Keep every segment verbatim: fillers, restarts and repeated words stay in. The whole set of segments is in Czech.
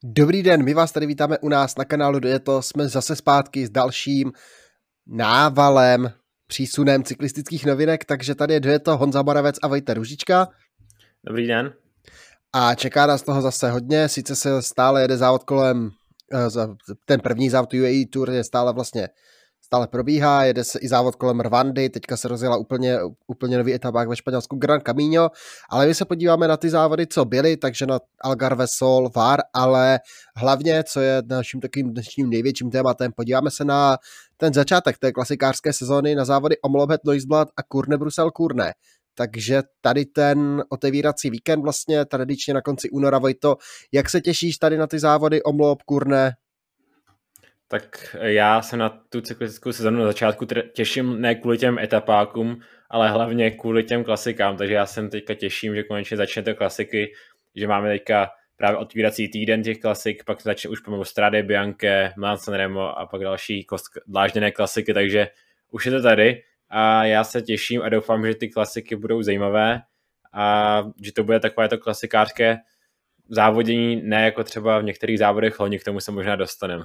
Dobrý den, my vás tady vítáme u nás na kanálu Dueto, jsme zase zpátky s dalším návalem, přísunem cyklistických novinek, takže tady je Dueto, Honza Moravec a Vojta Růžička. Dobrý den. A čeká nás toho zase hodně, sice se stále jede závod kolem, ten první závod U A E Tour je stále vlastně stále probíhá, jede se i závod kolem Rwandy, teďka se rozjela úplně, úplně nový etapák ve Španělsku Gran Camino, ale my se podíváme na ty závody, co byly, takže na Algarve, Sol, Var, ale hlavně, co je naším takovým dnešním největším tématem, podíváme se na ten začátek té klasikářské sezóny, na závody Omloop Nieuwsblad a Kuurne Brusel Kuurne. Takže tady ten otevírací víkend vlastně tradičně na konci února. Vojto, jak se těšíš tady na ty závody Omloop Kuurne? Tak já se na tu cyklistickou sezonu na začátku těším ne kvůli těm etapákům, ale hlavně kvůli těm klasikám, takže já jsem teďka těším, že konečně začne ty klasiky, že máme teďka právě otvírací týden těch klasik, pak začne už pomalu Strade Bianche, Milan Sanremo a pak další dlážděné klasiky, takže už je to tady a já se těším a doufám, že ty klasiky budou zajímavé a že to bude takové to klasikářské závodění, ne jako třeba v některých závodech loni, k tomu se možná dostaneme.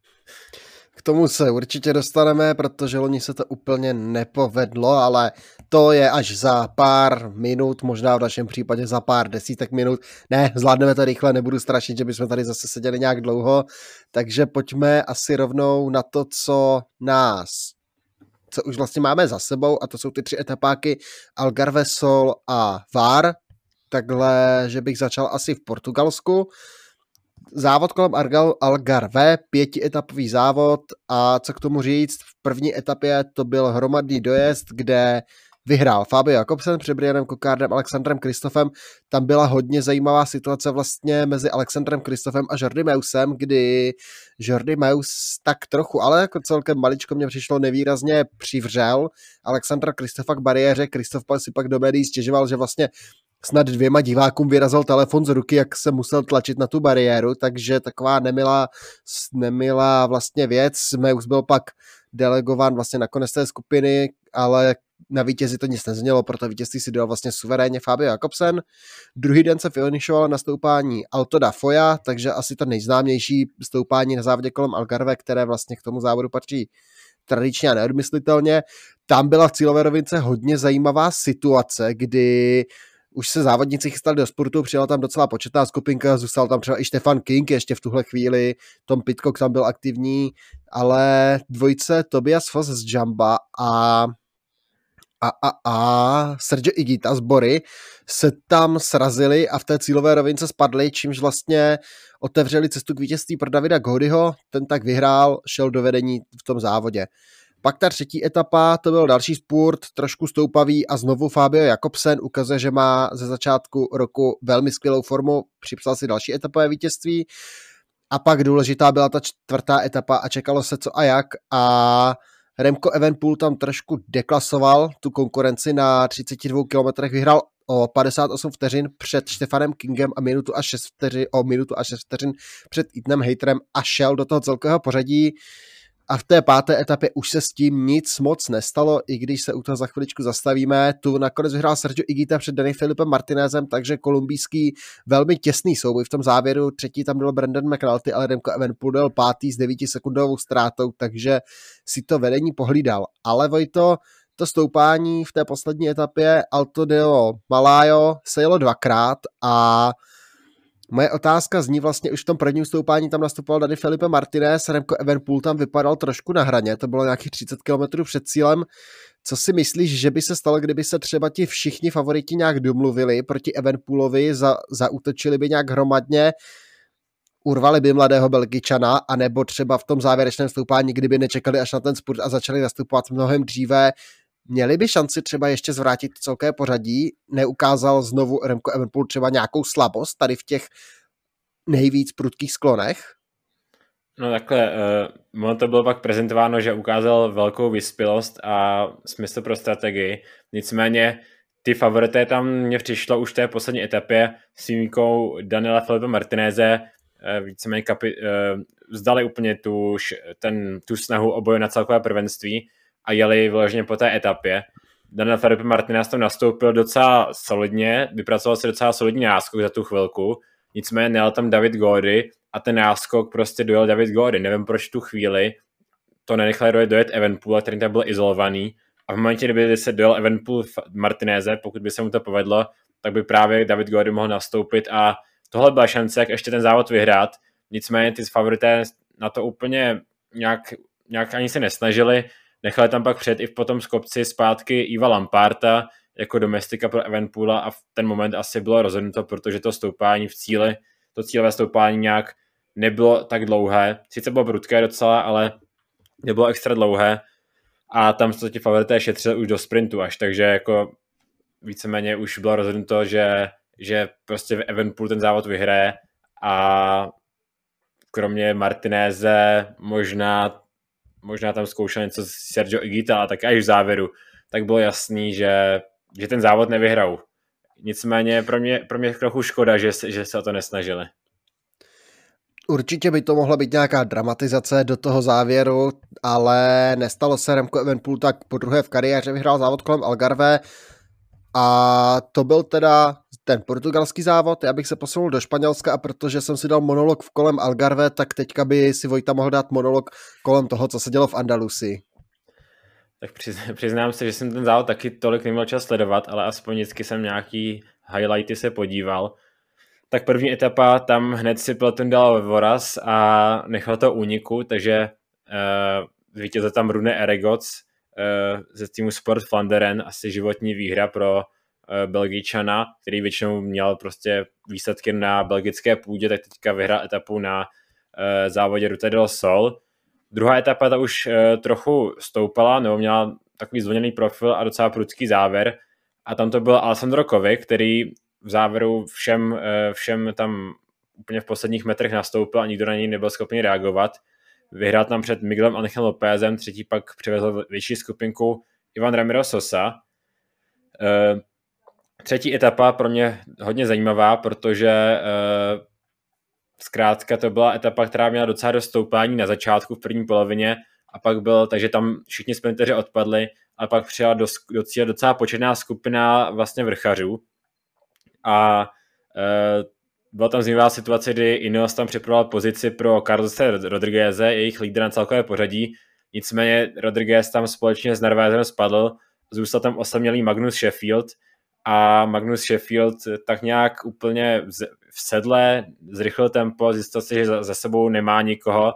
K tomu se určitě dostaneme, protože loni se to úplně nepovedlo, ale to je až za pár minut, možná v našem případě za pár desítek minut. Ne, zvládneme to rychle, nebudu strašit, že bychom tady zase seděli nějak dlouho, takže pojďme asi rovnou na to, co nás, co už vlastně máme za sebou, a to jsou ty tři etapáky Algarve, Sol a Var. Takhle, že bych začal asi v Portugalsku. Závod kolem Algarve, pětietapový závod a co k tomu říct, v první etapě to byl hromadný dojezd, kde vyhrál Fabio Jakobsen před Brianem Coquardem, Alexandrem Kristofem. Tam byla hodně zajímavá situace vlastně mezi Alexandrem Kristofem a Jordi Meusem, kdy Jordi Meus tak trochu, ale jako celkem maličko mě přišlo nevýrazně přivřel Alexandra Kristofa k bariéře. Kristof si pak do médií stěžoval, že vlastně snad dvěma divákům vyrazil telefon z ruky, jak se musel tlačit na tu bariéru, takže taková nemilá, nemilá vlastně věc. Meus byl pak delegován vlastně na konec té skupiny, ale na vítězi to nic neznělo, proto vítězství si dal vlastně suverénně Fabio Jakobsen. Druhý den se finišoval na stoupání Alto da Foja, takže asi to nejznámější stoupání na závodě kolem Algarve, které vlastně k tomu závodu patří tradičně a neodmyslitelně. Tam byla v cílové rovince hodně zajímavá situace, kdy už se závodníci chystali do sportu, přijela tam docela početná skupinka, zůstal tam třeba i Stefan King ještě v tuhle chvíli, Tom Pidcock tam byl aktivní, ale dvojice Tobias Foss z Jamba a a, a, a Sergio Higuita z Bory se tam srazili a v té cílové rovince spadli, čímž vlastně otevřeli cestu k vítězství pro Davida Goodyho, ten tak vyhrál, šel do vedení v tom závodě. Pak ta třetí etapa, to byl další spurt, trošku stoupavý a znovu Fabio Jakobsen ukazuje, že má ze začátku roku velmi skvělou formu, připsal si další etapové vítězství a pak důležitá byla ta čtvrtá etapa a čekalo se co a jak a Remco Evenepoel tam trošku deklasoval tu konkurenci na třicet dva kilometrech, vyhrál o padesát osm vteřin před Stefanem Kingem a minutu a šest vteřin, o minutu a šest vteřin před Ethanem Hayterem a šel do toho celkového pořadí. A v té páté etapě už se s tím nic moc nestalo, i když se u toho za chviličku zastavíme. Tu nakonec vyhrál Sergio Higuita před Danny Filipem Martinezem, takže kolumbijský velmi těsný souboj v tom závěru. Třetí tam byl Brandon McNulty, ale Remco Evenepoel byl pátý s devítisekundovou ztrátou, takže si to vedení pohlídal. Ale Vojto, to stoupání v té poslední etapě Alto del Malayo se jelo dvakrát a moje otázka zní vlastně už v tom prvním stoupání, tam nastupoval Danny Felipe Martinez, Remco Evenepoel tam vypadal trošku na hraně, to bylo nějakých třicet kilometrů před cílem. Co si myslíš, že by se stalo, kdyby se třeba ti všichni favoriti nějak domluvili proti Evenepoelovi, za, zaútočili by nějak hromadně, urvali by mladého Belgičana, anebo třeba v tom závěrečném stoupání, kdyby nečekali až na ten spurt a začali nastupovat mnohem dříve, měli by šanci třeba ještě zvrátit celké pořadí, neukázal znovu Remco Evenepoel třeba nějakou slabost tady v těch nejvíc prudkých sklonech? No takhle, uh, ono to bylo pak prezentováno, že ukázal velkou vyspělost a smysl pro strategii, nicméně ty favorité tam mě přišlo už v té poslední etapě s výjimkou Daniela Felipe Martineze, uh, víceméně kapi- uh, vzdali úplně tu, ten, tu snahu o boju na celkové prvenství a jeli vyloženě po té etapě. Daniel Felipe Martinez tam nastoupil docela solidně, vypracoval si docela solidní náskok za tu chvilku, nicméně nejel tam David Gaudy a ten náskok prostě dojel David Gaudy. Nevím, proč tu chvíli to nenechali dojet, dojet Evenepoel, který tam byl izolovaný, a v momentě, kdyby se dojel Evenepoel Martineze, pokud by se mu to povedlo, tak by právě David Gaudy mohl nastoupit a tohle byla šance, jak ještě ten závod vyhrát. Nicméně ty favorité na to úplně nějak, nějak ani se nesnažili. Nechali tam pak před i potom z kopci zpátky Iva Lamparta jako domestika pro Evenepoela a v ten moment asi bylo rozhodnuto, protože to stoupání v cíli, to cílové stoupání nějak nebylo tak dlouhé. Sice bylo prudké docela, ale nebylo extra dlouhé a tam se ti favorité šetřili už do sprintu až, takže jako víceméně už bylo rozhodnuto, že, že prostě Evenepoel ten závod vyhraje a kromě Martineze možná, možná tam zkoušel něco s Sergio Higuita, a tak až v závěru, tak bylo jasný, že, že ten závod nevyhrajou. Nicméně pro mě, pro mě trochu škoda, že, že se o to nesnažili. Určitě by to mohla být nějaká dramatizace do toho závěru, ale nestalo se. Remco Evenepoel tak po druhé v kariéře vyhrál závod kolem Algarve a to byl teda ten portugalský závod. Já bych se posunul do Španělska a protože jsem si dal monolog v kolem Algarve, tak teďka by si Vojta mohl dát monolog kolem toho, co se dělo v Andalusii. Tak přiznám se, že jsem ten závod taky tolik neměl čas sledovat, ale aspoň vždycky jsem nějaký highlighty se podíval. Tak první etapa, tam hned si peloton dal voraz a nechal to úniku, takže uh, vítězil tam Rune Eregoc uh, ze týmu Sport Flanderen, asi životní výhra pro uh, Belgičana, který většinou měl prostě výsledky na belgické půdě, tak teďka vyhrál etapu na uh, závodě Ruta del Sol. Druhá etapa ta už uh, trochu stoupala, nebo měla takový zvlněný profil a docela prudký závěr, a tam to byl Alessandro Covi, který v závěru všem, všem tam úplně v posledních metrech nastoupil a nikdo na něj nebyl schopný reagovat. Vyhrál tam před Miguelem Angel Lópezem, třetí pak přivezl větší skupinku Ivan Ramiro Sosa. Třetí etapa pro mě hodně zajímavá, protože zkrátka to byla etapa, která měla docela dost stoupání na začátku v první polovině a pak byl, takže tam všichni sprinteři odpadli a pak přijela do, do cíle docela početná skupina vlastně vrchařů. A e, byla tam zajímavá situace, kdy Ineos tam připravoval pozici pro Carlose Rodrigueze, jejich lídra na celkové pořadí, nicméně Rodriguez tam společně s Narvézem spadl, zůstal tam osamělý Magnus Sheffield a Magnus Sheffield tak nějak úplně v sedle zrychlil tempo, zjistil si, že za, za sebou nemá nikoho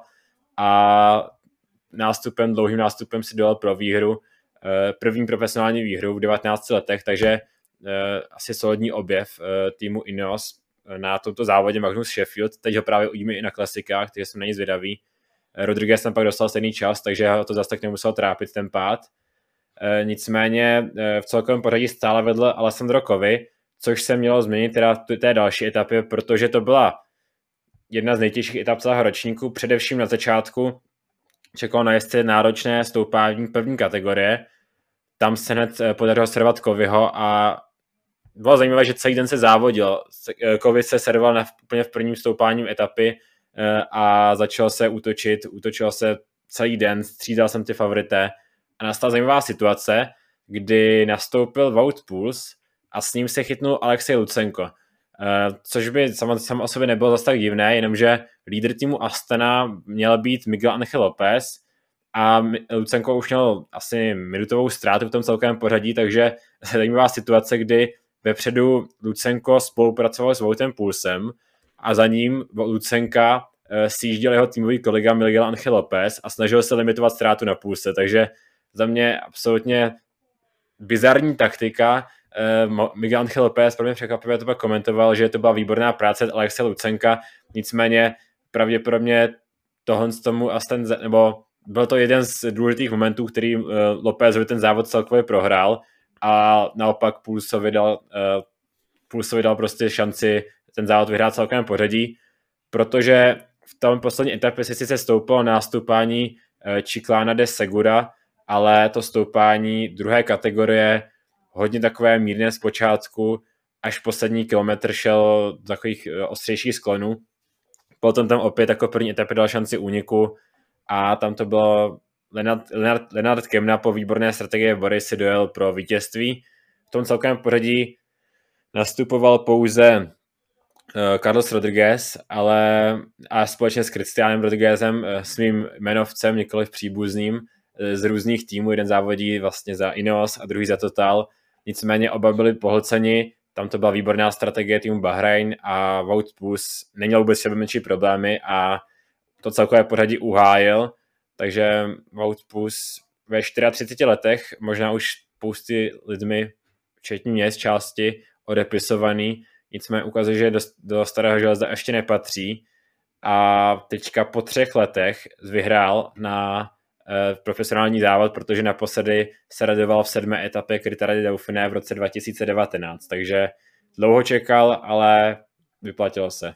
a nástupem, dlouhým nástupem si dojel pro výhru, e, první profesionální výhru v devatenácti letech, takže Uh, asi solidní objev uh, týmu Ineos uh, na tomto závodě Magnus Sheffield. Teď ho právě uvidíme i na klasikách, takže jsem na něj zvědavý. Uh, Rodriguez tam pak dostal stejný čas, takže ho to zase tak nemusel trápit ten pád. Uh, nicméně uh, v celkovém pořadí stále vedl Alessandro Covi, což se mělo změnit teda v té další etapě, protože to byla jedna z nejtěžších etap celého ročníku. Především na začátku čekalo na jezdce náročné stoupání první kategorie. Tam se hned podařilo servovat Coviho a bylo zajímavé, že celý den se závodil. Covi se servoval na, úplně v prvním stoupáním etapy a začal se útočit, útočil se celý den, střídal jsem ty favorité a nastala zajímavá situace, kdy nastoupil Wout Poels a s ním se chytnul Alexej Lucenko, což by sam o sobě nebylo zase tak divné, jenomže lídr týmu Astana měl být Miguel Angel López a Lucenko už měl asi minutovou ztrátu v tom celkovém pořadí, takže zajímavá situace, kdy vepředu Lucenko spolupracoval s Woutem Poelsem a za ním Lucenka sjížděl jeho týmový kolega Miguel Angel López a snažil se limitovat ztrátu na Poelse, takže za mě absolutně bizarní taktika. Miguel Angel López pro mě překvapivě to pak komentoval, že to byla výborná práce od Alexe Lucenka, nicméně pravděpodobně tohle z tomu Aston, nebo byl to jeden z důležitých momentů, který uh, Lópezovi ten závod celkově prohrál a naopak Poelsovi dal, uh, Poelsovi dal prostě šanci ten závod vyhrát celkovém pořadí, protože v tom poslední etapě se sice stoupilo nástupání uh, Chiclana de Segura, ale to stoupání druhé kategorie hodně takové mírné zpočátku, až poslední kilometr šel do takových uh, ostřejších sklonů. Potom tam opět jako první etapě dal šanci úniku a tam to bylo Lennart, Lennart, Lennart Kemna po výborné strategie Bory si dojel pro vítězství. V tom celkovém pořadí nastupoval pouze Carlos Rodriguez, ale a společně s Cristianem Rodriguezem, svým jmenovcem, nikoliv příbuzným, z různých týmů, jeden závodí vlastně za Ineos a druhý za Total, nicméně oba byli pohlceni, tam to byla výborná strategie týmu Bahrain a Wout Poels neměl vůbec sebe menší problémy a to celkové pořadí uhájil, takže Wout Poels ve třiceti čtyřech letech, možná už spousty lidmi, včetně mě z části, odepisovaný, nicméně ukazuje, že do, do starého železa ještě nepatří a teďka po třech letech vyhrál na eh, profesionální závod, protože naposledy se radoval v sedmé etapě Critérium du Dauphiné v roce dva tisíce devatenáct, takže dlouho čekal, ale vyplatilo se.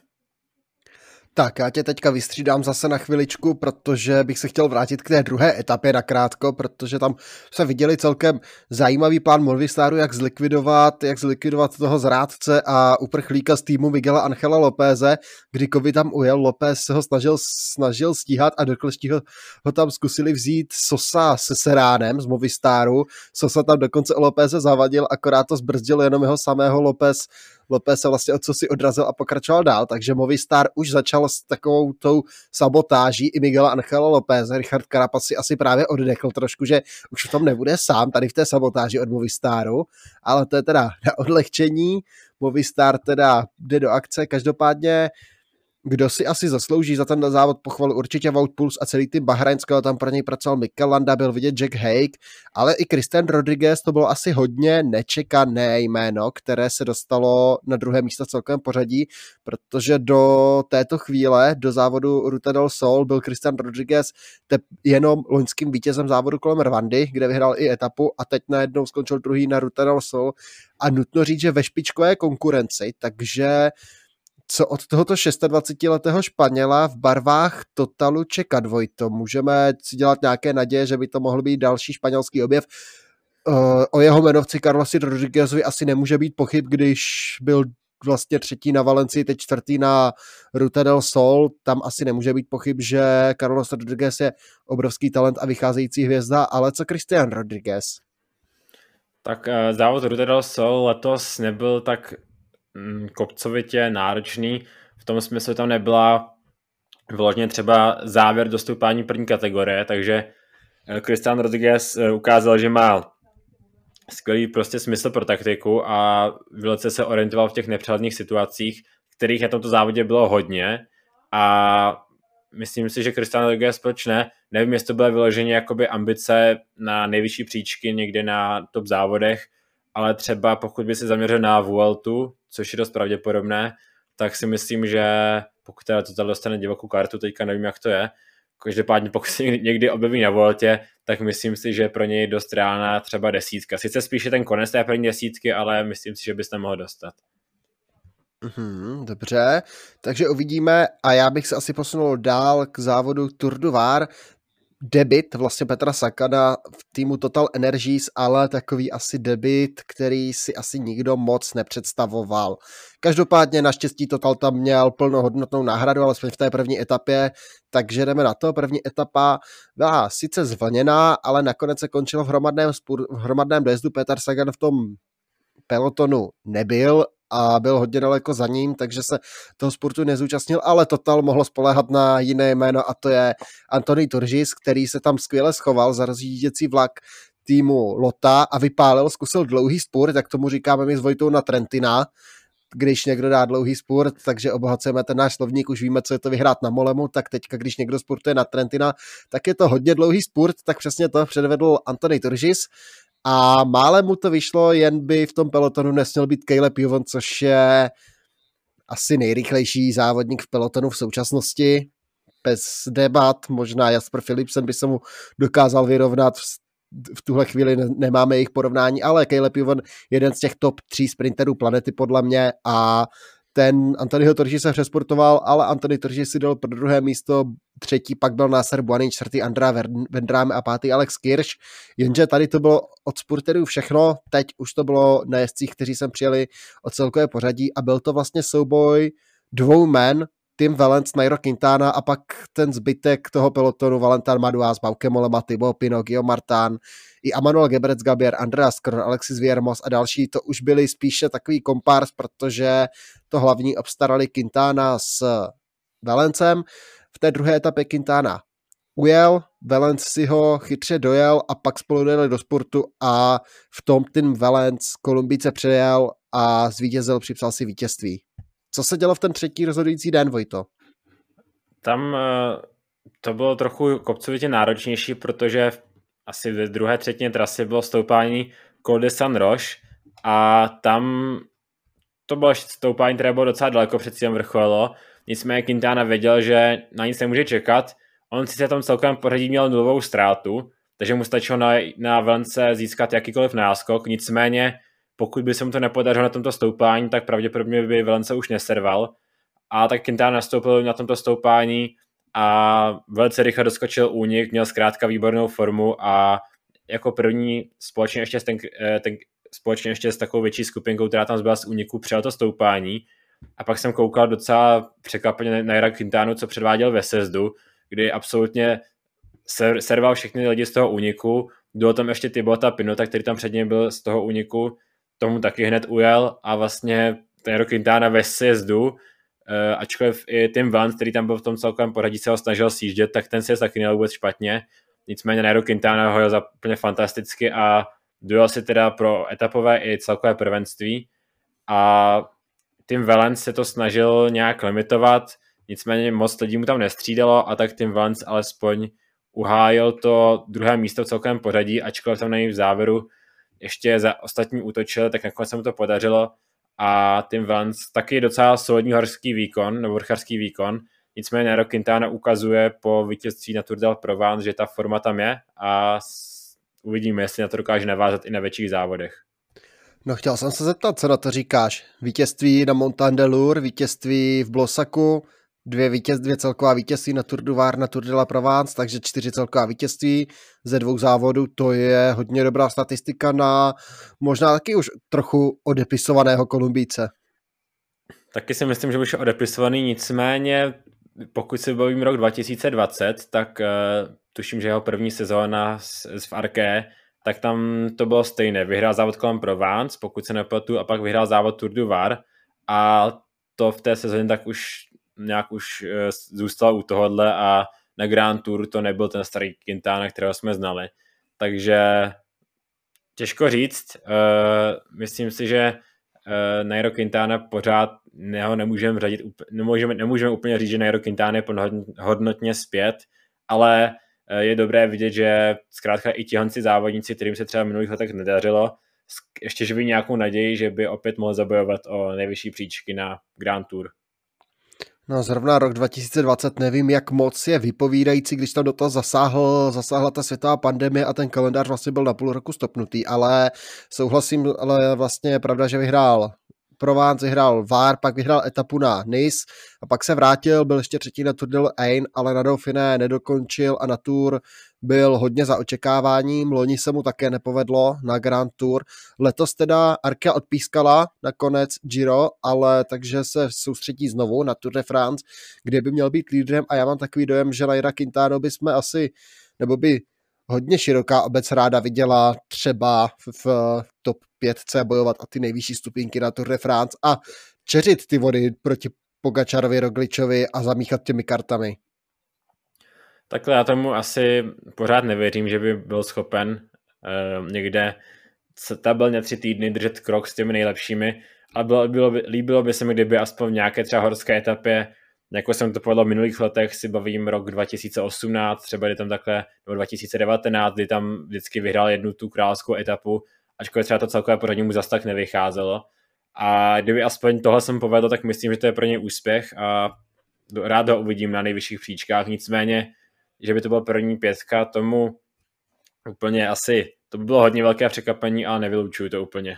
Tak, já tě teďka vystřídám zase na chviličku, protože bych se chtěl vrátit k té druhé etapě nakrátko, protože tam se viděli celkem zajímavý plán Movistaru, jak zlikvidovat, jak zlikvidovat toho zrádce a uprchlíka z týmu Miguela Angela Lopéze, kdy Kovy tam ujel, Lopez se ho snažil, snažil stíhat a do kleští ho, ho tam zkusili vzít Sosa se Seránem z Movistaru. Sosa tam dokonce o Lopéze zavadil, akorát to zbrzdil jenom jeho samého Lopez. Lopez se vlastně od co si odrazil a pokračoval dál, takže Movistar už začal s takovou tou sabotáží i Miguela Angela Lopéze. Richard Carapaz si asi právě oddechl trošku, že už v tom nebude sám tady v té sabotáži od Movistaru, ale to je teda na odlehčení. Movistar teda jde do akce, každopádně kdo si asi zaslouží za ten závod pochvalu, určitě Wout Poels a celý tým bahrajnského, tam pro něj pracoval Mikel Landa, byl vidět Jack Haig, ale i Cristian Rodriguez, to bylo asi hodně nečekané jméno, které se dostalo na druhé místo v celkovém pořadí, protože do této chvíle, do závodu Ruta del Sol, byl Cristian Rodriguez te- jenom loňským vítězem závodu kolem Rwandy, kde vyhrál i etapu a teď najednou skončil druhý na Ruta del Sol a nutno říct, že ve špičkové konkurenci, takže co od tohoto dvacetišestiletého Španěla v barvách Totalu čekat, Vojto? Můžeme si dělat nějaké naděje, že by to mohl být další španělský objev? O jeho jmenovci Carlosi Rodriguezovi asi nemůže být pochyb, když byl vlastně třetí na Valencii, teď čtvrtý na Ruta del Sol, tam asi nemůže být pochyb, že Carlos Rodriguez je obrovský talent a vycházející hvězda, ale co Cristian Rodriguez? Tak závod Ruta del Sol letos nebyl tak kopcovitě náročný, v tom smyslu tam nebyla vyloženě třeba závěr do stoupání první kategorie, takže Cristian Rodriguez ukázal, že má skvělý prostě smysl pro taktiku a velice se orientoval v těch nepřehledných situacích, kterých na tomto závodě bylo hodně a myslím si, že Cristian Rodriguez proč ne, nevím, jestli to byla vyloženě jakoby ambice na nejvyšší příčky někde na top závodech, ale třeba pokud by se zaměřil na Vueltu, což je dost pravděpodobné, tak si myslím, že pokud teda Total dostane divokou kartu, teďka nevím, jak to je, každopádně pokud se někdy objeví na Vueltě, tak myslím si, že pro něj dost reálná třeba desítka. Sice spíše ten konec té první desítky, ale myslím si, že byste mohl dostat. Mm, dobře, takže uvidíme a já bych se asi posunul dál k závodu Tour du Var. Debut vlastně Petra Sakana v týmu Total Energies, ale takový asi debut, který si asi nikdo moc nepředstavoval. Každopádně naštěstí Total tam měl plnohodnotnou náhradu, alespoň v té první etapě, takže jdeme na to. První etapa byla sice zvlněná, ale nakonec se končilo v hromadném, spur, v hromadném dojezdu. Petr Sagan v tom pelotonu nebyl a byl hodně daleko za ním, takže se toho sportu nezúčastnil, ale Total mohlo spoléhat na jiné jméno a to je Anthony Turgis, který se tam skvěle schoval za rozjížděcí vlak týmu Lota a vypálil, zkusil dlouhý spurt, tak tomu říkáme my s Vojtou na Trentina, když někdo dá dlouhý spurt, takže obohacujeme ten náš slovník, už víme, co je to vyhrát na Molemu, tak teďka, když někdo sportuje na Trentina, tak je to hodně dlouhý spurt, tak přesně to předvedl Anthony Turgis. A málem mu to vyšlo, jen by v tom pelotonu nesměl být Caleb Ewan, což je asi nejrychlejší závodník v pelotonu v současnosti. Bez debat, možná Jasper Philipsen by se mu dokázal vyrovnat, v tuhle chvíli nemáme jejich porovnání, ale Caleb Ewan jeden z těch top tří sprinterů planety podle mě a ten Anthonyho Turgis se přesportoval, ale Anthony Turgis si dal pro druhé místo, třetí pak byl Nasser Bouhanni, čtvrtý Andrea Vendrame a pátý Alex Kirsch, jenže tady to bylo od spurterů všechno, teď už to bylo na jezdcích, kteří sem přijeli od celkové pořadí a byl to vlastně souboj dvou men, Tim Wellens, Nairo Quintana a pak ten zbytek toho pelotonu Valentin Madouas, Bauke Mollema, Thibaut Pinot, Guillaume Martin, i Emmanuel Gebrec Gabier, Andreas Kron, Alexis Viermos a další, to už byli spíše takový kompárs, protože to hlavní obstarali Quintana s Wellensem. V té druhé etapě Quintana ujel, Wellens si ho chytře dojel a pak spolu dojeli do sportu a v tom Tim Wellens Kolumbijce přejel a zvítězil, připsal si vítězství. Co se dělo v ten třetí rozhodující den, Vojto? Tam to bylo trochu kopcovitě náročnější, protože asi ve druhé třetině trasy bylo stoupání Col de San Roche a tam to bylo stoupání, které bylo docela daleko před cílem vrcholu. Nicméně Quintana věděl, že na nic nemůže čekat. On sice tam celkem pořadí měl nulovou ztrátu, takže mu stačilo na, na Wellence získat jakýkoliv náskok. Nicméně, pokud by se mu to nepodařilo na tomto stoupání, tak pravděpodobně by Wellence už neserval. A tak Quintana nastoupil na tomto stoupání a velice rychle doskočil únik, měl zkrátka výbornou formu a jako první společně ještě s, ten, ten, společně ještě s takovou větší skupinkou, která tam zbyla z úniku, přijel to stoupání. A pak jsem koukal docela překvapeně na Naira Quintanu, co předváděl ve sjezdu, kdy absolutně ser, serval všechny lidi z toho úniku. Bylo tam ještě Thibauta Pinota, který tam před ním byl z toho úniku, tomu taky hned ujel a vlastně Nairo Quintana ve sjezdu, Uh, ačkoliv i Tim Wellens, který tam byl v tom celkovém pořadí, se ho snažil sjíždět, tak ten se taky nejel vůbec špatně. Nicméně Nairo Quintana ho jel za úplně fantasticky a dojel si teda pro etapové i celkové prvenství. A Tim Wellens se to snažil nějak limitovat, nicméně moc lidí mu tam nestřídalo a tak Tim Wellens alespoň uhájil to druhé místo v celkovém pořadí, ačkoliv tam na něj v závěru ještě za ostatní útočil, tak nakonec se mu to podařilo. A Tim Wellens taky docela solidní horský výkon, nebo vrchářský výkon, nicméně Nairo Quintana ukazuje po vítězství na Tour de Provence, že ta forma tam je a uvidíme, jestli na to dokáže navázat i na větších závodech. No chtěl jsem se zeptat, co na to říkáš. Vítězství na Montagne de Loure, vítězství v Blosaku, dvě, vítěz, dvě celková vítězství na Tour du Var, na Tour de la Provence, takže čtyři celková vítězství ze dvou závodů, to je hodně dobrá statistika na možná taky už trochu odepisovaného Kolumbijce. Taky si myslím, že už je odepisovaný, nicméně pokud si bavím rok dva tisíce dvacet, tak uh, tuším, že jeho první sezóna v Arké, tak tam to bylo stejné. Vyhrál závod kolem Provence, pokud se nepletu, a pak vyhrál závod Tour du Var a to v té sezóně tak už nějak už zůstal u tohohle a na Grand Tour to nebyl ten starý Quintana, kterého jsme znali. Takže těžko říct. Uh, myslím si, že uh, Nairo Quintana pořád neho nemůžeme řadit, nemůžeme, nemůžeme úplně říct, že Nairo Quintana je hodnotně zpět, ale uh, je dobré vidět, že zkrátka i tihanci závodníci, kterým se třeba v minulých letech nedařilo, ještě živí nějakou naději, že by opět mohl zabojovat o nejvyšší příčky na Grand Tour. No zrovna rok dva tisíce dvacet nevím, jak moc je vypovídající, když tam do toho zasáhl, zasáhla ta světová pandemie a ten kalendář vlastně byl na půl roku stopnutý, ale souhlasím, ale vlastně je pravda, že vyhrál Provence, vyhrál Var, pak vyhrál etapu na Nice a pak se vrátil, byl ještě třetí na Tour de l'Ain, ale na Dauphiné nedokončil a na Tour byl hodně za očekáváním, loni se mu také nepovedlo na Grand Tour. Letos teda Arkea odpískala nakonec Giro, ale takže se soustředí znovu na Tour de France, kde by měl být lídrem a já mám takový dojem, že Naira Quintana by jsme asi, nebo by hodně široká obec ráda viděla třeba v, v top pětce bojovat o ty nejvyšší stupínky na Tour de France a čeřit ty vody proti Pogačarovi, Rogličovi a zamíchat těmi kartami. Takhle já tomu asi pořád nevěřím, že by byl schopen uh, někde stabilně tři týdny držet krok s těmi nejlepšími, ale bylo, bylo by, líbilo by se mi, kdyby aspoň v nějaké třeba horské etapě, jako jsem to povedal v minulých letech, si bavím rok dva tisíce osmnáct, třeba kdy tam takhle, nebo dva tisíce devatenáct, kdy tam vždycky vyhrál jednu tu královskou etapu, ačkoliv třeba to celkové pořadí mu zas tak nevycházelo. A kdyby aspoň tohle jsem povedl, tak myslím, že to je pro něj úspěch a rád ho uvidím na nejvyšších příčkách, nicméně že by to byla první pětka, tomu úplně asi, to by bylo hodně velké překvapení, ale nevylučuju to úplně.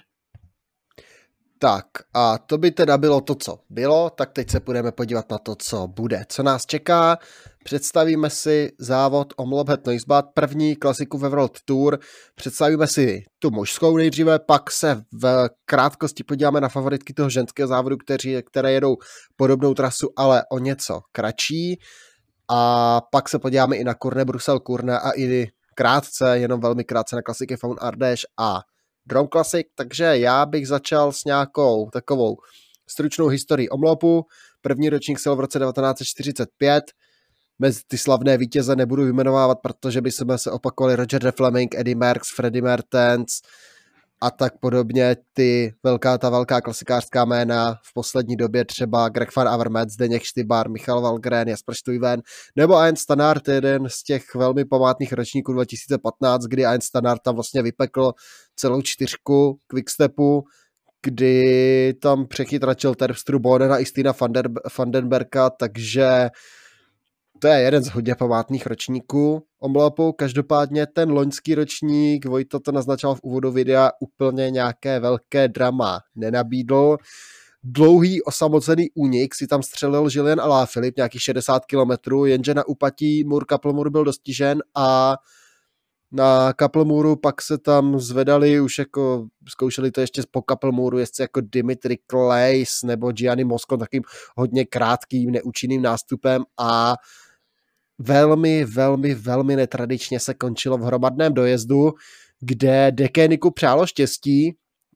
Tak a to by teda bylo to, co bylo, tak teď se budeme podívat na to, co bude. Co nás čeká? představíme si závod Omloop Het Nieuwsblad, první klasiku ve World Tour, představíme si tu mužskou nejdříve, pak se v krátkosti podíváme na favoritky toho ženského závodu, kteří, které jedou podobnou trasu, ale o něco kratší, a pak se podíváme i na Kuurne, Brusel, Kuurne a i krátce, jenom velmi krátce na klasiky Faun Ardèche a Drôme Classic, takže já bych začal s nějakou takovou stručnou historií Omloopu. První ročník se v roce devatenáct set čtyřicet pět. Mezi ty slavné vítěze nebudu vyjmenovávat, protože by jsme se opakovali Roger de Fleming, Eddy Merckx, Freddy Mertens a tak podobně. Ty velká, ta velká klasikářská jména v poslední době třeba Greg van Avermaet, Zdeněk Štybar, Michal Valgren, Jasper Stuyven nebo Ian Stannard, jeden z těch velmi památných ročníků dva tisíce patnáct, kdy Ian Stannard tam vlastně vypekl celou čtyřku Quickstepu, kdy tam přechytračil Terpstru, Bodena i Stina Vandenberga, takže to je jeden z hodně památných ročníků Omloopu. Každopádně ten loňský ročník, Vojta to naznačil v úvodu videa, úplně nějaké velké drama nenabídl. Dlouhý osamocený únik si tam střelil Julien Alaphilippe, nějakých šedesát kilometrů, jenže na úpatí Moore Kappelmoor byl dostižen a na Kappelmooru pak se tam zvedali, už jako zkoušeli to ještě po Kappelmooru, jestli jako Dimitri Claeys nebo Gianni Moscon takým hodně krátkým, neúčinným nástupem a velmi, velmi, velmi netradičně se končilo v hromadném dojezdu, kde Deceuninck přálo štěstí,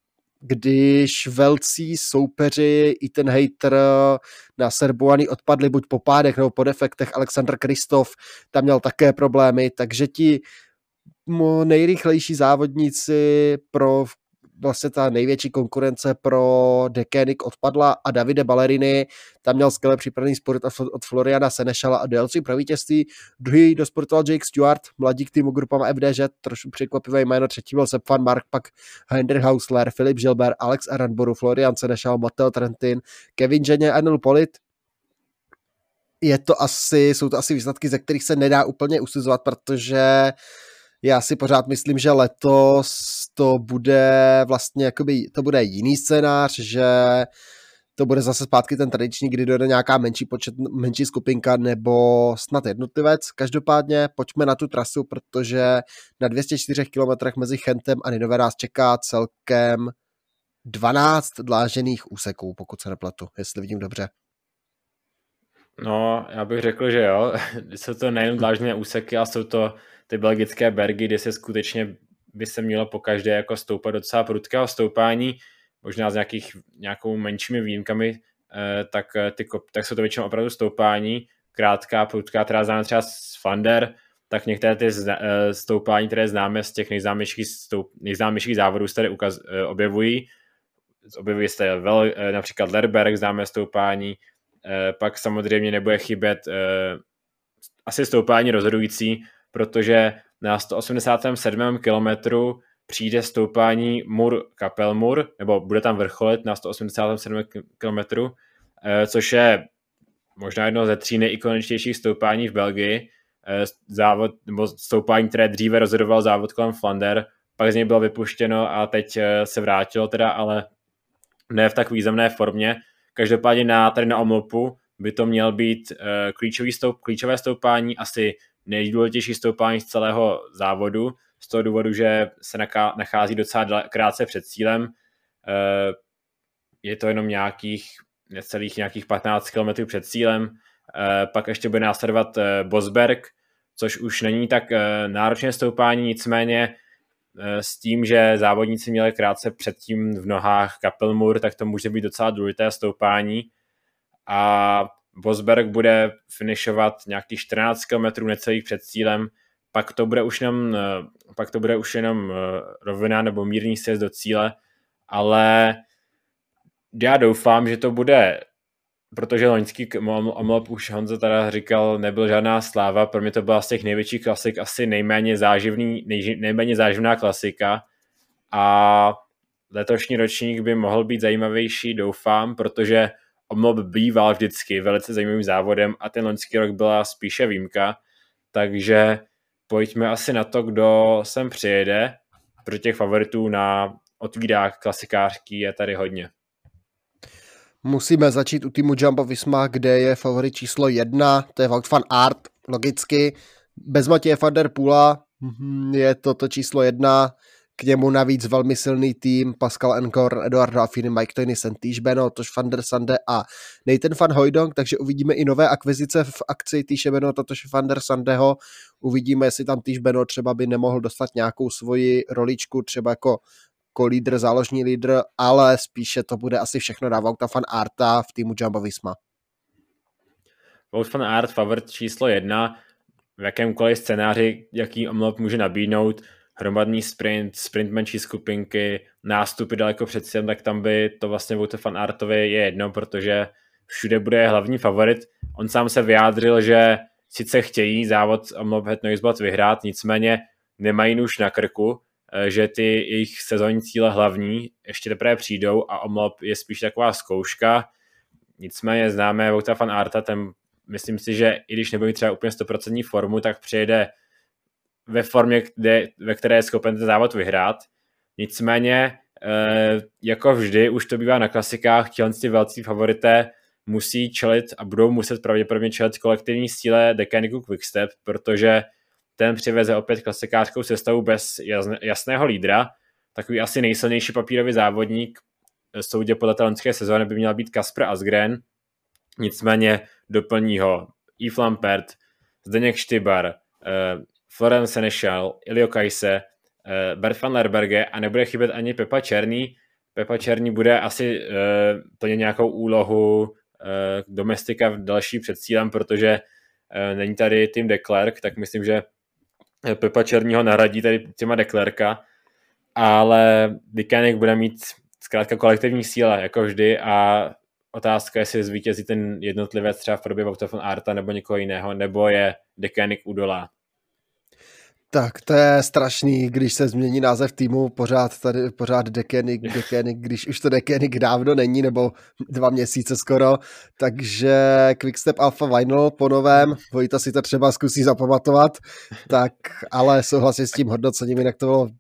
když velcí soupeři i ten hejtr na Serbuani odpadli buď po pádech nebo po defektech. Alexander Kristoff tam měl také problémy, takže ti nejrychlejší závodníci pro vlastně ta největší konkurence pro Deceuninck odpadla a Davide Ballerini tam měl skvěle připravený sport od Floriana Senešala a dojel si pro vítězství. Druhý dosportoval Jake Stewart, mladík týmu grupama F D Ž, trošku překvapivé jméno, třetí byl Sepp van Mark, pak Heinrich Hausler, Filip Gilbert, Alex Aranburu, Florian Senešal, Matteo Trentin, Kevin Genie a Anil Polit. Je to asi, jsou to asi výsledky, ze kterých se nedá úplně usuzovat, protože já si pořád myslím, že letos to bude vlastně jakoby, to bude jiný scénář, že to bude zase zpátky ten tradiční, kdy dojde nějaká menší počet, menší skupinka nebo snad jednotlivec. Každopádně pojďme na tu trasu, protože na dvě stě čtyři kilometrech mezi Chentem a Ninove nás čeká celkem dvanáct dlážděných úseků, pokud se nepletu, jestli vidím dobře. No, já bych řekl, že jo. Jsou to nejen dlážděné úseky, ale jsou to ty belgické bergy, kde se skutečně by se mělo pokaždé jako stoupat docela prudkého stoupání, možná s nějakých, nějakou menšími výjimkami, eh, tak, ty, tak jsou to většinou opravdu stoupání, krátká, prudká, která známe třeba z Flander, tak některé ty zna, eh, stoupání, které známe z těch nejznámějších, stoup, nejznámějších závodů, se tady ukaz, eh, objevují. Objevují se vel, eh, například Lerberg, známé stoupání, eh, pak samozřejmě nebude chybět eh, asi stoupání rozhodující, protože na sto osmdesátém sedmém kilometru přijde stoupání Moore Kappelmoor, nebo bude tam vrcholit na sto osmdesátém sedmém kilometru, což je možná jedno ze tří nejikoničtějších stoupání v Belgii. Závod, nebo stoupání, které dříve rozhodoval závod kolem Flander, pak z něj bylo vypuštěno a teď se vrátilo teda, ale ne v tak významné formě. Každopádně na, tady na Omloopu by to měl být klíčový stoup, klíčové stoupání, asi nejdůležitější stoupání z celého závodu, z toho důvodu, že se nachází docela krátce před cílem. Je to jenom nějakých necelých nějakých patnáct kilometrů před cílem. Pak ještě bude následovat Bosberg, což už není tak náročné stoupání, nicméně s tím, že závodníci měli krátce předtím v nohách Kappelmoor, tak to může být docela důležité stoupání. A Bosberg bude finišovat nějakých čtrnáct kilometrů necelých před cílem, pak to bude už jenom, pak to bude už jenom rovina nebo mírný sjezd do cíle, ale já doufám, že to bude, protože loňský Omloop už Honza teda říkal, nebyl žádná sláva, pro mě to byla z těch největších klasik asi nejméně záživný, nej, nejméně záživná klasika a letošní ročník by mohl být zajímavější, doufám, protože Omloop býval vždycky velice zajímavým závodem a ten loňský rok byla spíše výjimka, takže pojďme asi na to, kdo sem přijede, protože těch favoritů na otvírák klasikářský je tady hodně. Musíme začít u týmu Jumbo Visma, kde je favorit číslo jedna, to je Wout van Aert. logicky. Bez Matěje van der Poola je to to číslo jedna, k němu navíc velmi silný tým, Pascal Encore, Eduardo Affini, Mike Toinissen, Tish Benoit, Tosh van der Sande a Nathan van Hooijdonk, takže uvidíme i nové akvizice v akci Tishe Benoita, Toshe van der Sandeho, uvidíme, jestli tam Tish Benoit třeba by nemohl dostat nějakou svoji roličku, třeba jako ko-lídr, záložní lídr, ale spíše to bude asi všechno na Wouta van Aerta v týmu Jumbo Visma. Wout van Aert, favorit číslo jedna, v jakémkoliv scénáři, jaký omlop může nabídnout, hromadný sprint, sprint menší skupinky, nástupy daleko před cílem, tak tam by to vlastně Woutu van Aertovi je jedno, protože všude bude hlavní favorit. On sám se vyjádřil, že sice chtějí závod Omloop Het Nieuwsblad vyhrát, nicméně nemají nůž na krku, že ty jejich sezónní cíle hlavní ještě teprve přijdou a Omloop je spíš taková zkouška. Nicméně známe Wouta van Aerta, ten myslím si, že i když nebude třeba úplně sto procent formu, tak přijede ve formě, kde, ve které je schopen ten závod vyhrát. Nicméně, e, jako vždy, už to bývá na klasikách, tělenci ty velcí favorité musí čelit a budou muset pravděpodobně čelit kolektivní síle Deceuninck Quickstep, protože ten přiveze opět klasikářskou sestavu bez jasne, jasného lídra. Takový asi nejsilnější papírový závodník soudě podle talentské sezóny by měl být Kasper Asgreen. Nicméně doplní ho Yves Lampert, Zdeněk Štybar, eh, Florian Senechal, Ilio Kajse, eh, Bert van Lerberge a nebude chybět ani Pepa Černý. Pepa Černý bude asi eh, plnit nějakou úlohu eh, domestika v další předcílem, protože eh, není tady tým de Klerk, tak myslím, že Pepa Černý ho nahradí tady těma de Klerka, ale Deceuninck bude mít zkrátka kolektivní síla, jako vždy, a otázka, jestli zvítězí ten jednotlivec třeba v podobě Wouta van Aerta nebo někoho jiného, nebo je Deceuninck udolá. Tak to je strašný, když se změní název týmu, pořád tady, pořád Deceuninck, Deceuninck, když už to Deceuninck dávno není, nebo dva měsíce skoro, takže Quickstep Alpha Vinyl po novém, Vojta si to třeba zkusí zapamatovat, tak ale souhlasím s tím hodnocením, jinak to bylo.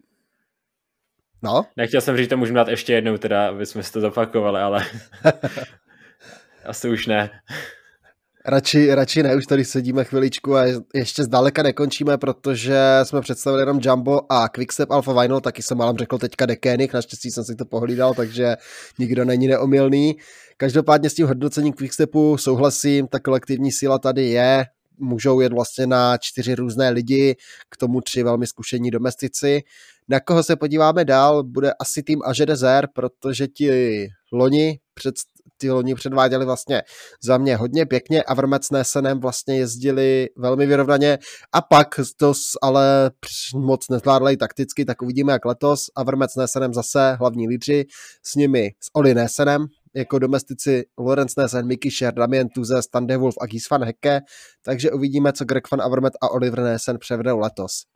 No? Nechtěl jsem říct, to můžeme dát ještě jednou, teda, aby jsme si to zopakovali, ale asi už ne. Radši, radši ne, už tady sedíme chviličku a ještě zdaleka nekončíme, protože jsme představili jenom Jumbo a Quickstep Alpha Vinyl, taky jsem málem řekl teďka Deceuninck, naštěstí jsem si to pohlídal, takže nikdo není neomylný. Každopádně s tím hodnocením Quickstepu souhlasím, ta kolektivní síla tady je, můžou jet vlastně na čtyři různé lidi, k tomu tři velmi zkušení domestici. Na koho se podíváme dál, bude asi tým A G Desert, protože ti loni, před, ti loni předváděli vlastně za mě hodně pěkně a Avermaet s Nesenem vlastně jezdili velmi vyrovnaně a pak to ale moc nezvládli takticky, tak uvidíme jak letos. Avermaet s Nesenem zase hlavní lídři, s nimi s Oli Nesenem, jako domestici Lorenz Nesen, Micky Scher, Damien Tuze, Stan de Wolf a Gies van Hecke, takže uvidíme, co Greg van Avermaet a Oliver Nesen převedou letos.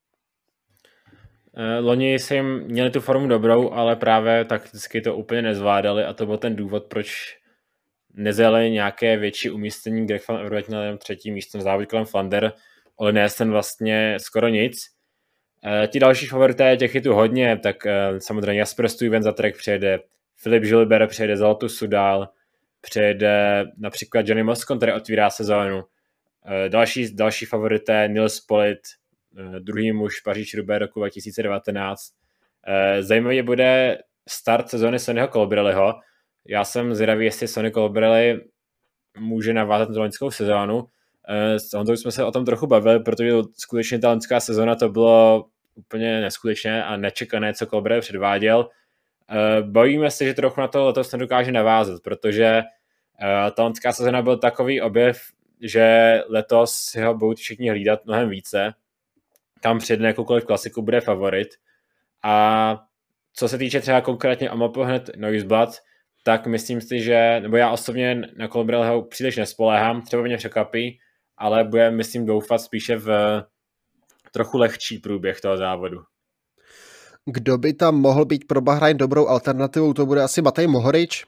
Loni si jim měli tu formu dobrou, ale právě takticky to úplně nezvládali a to byl ten důvod, proč nezjeli nějaké větší umístění. Greg van Avermaet měl třetí místo v závodě kolem Flander, Oli Nesen vlastně skoro nic. E, ti další favorité, těch je tu hodně, tak e, samozřejmě Jasper Stuyven za trek přijede, Filip Gilbert přijede za Lotto Soudal, přijede například Johnny Moscon, který otvírá sezónu. E, další, další favorité Nils Politt, druhý muž Paříž-Roubaix roku dva tisíce devatenáct. Zajímavě bude start sezóny Sonnyho Colbrelliho. Já jsem zvědavý, jestli Sonny Colbrelli může navázat na loňskou sezónu. S Honzou jsme se o tom trochu bavili, protože skutečně ta loňská sezóna to bylo úplně neskutečné a nečekané, co Colbrelli předváděl. Bojíme se, že trochu na to letos nedokáže navázat, protože ta loňská sezóna byl takový objev, že letos si ho budou všichni hlídat mnohem více. Tam před jakoukoliv klasiku bude favorit. A co se týče třeba konkrétně Omloopu Het Nieuwsblad, tak myslím si, že, nebo já osobně na Colbrelliho příliš nespoléhám, třeba mě překvapí, ale bude, myslím, doufat spíše v trochu lehčí průběh toho závodu. Kdo by tam mohl být pro Bahrain dobrou alternativou, to bude asi Matej Mohorič,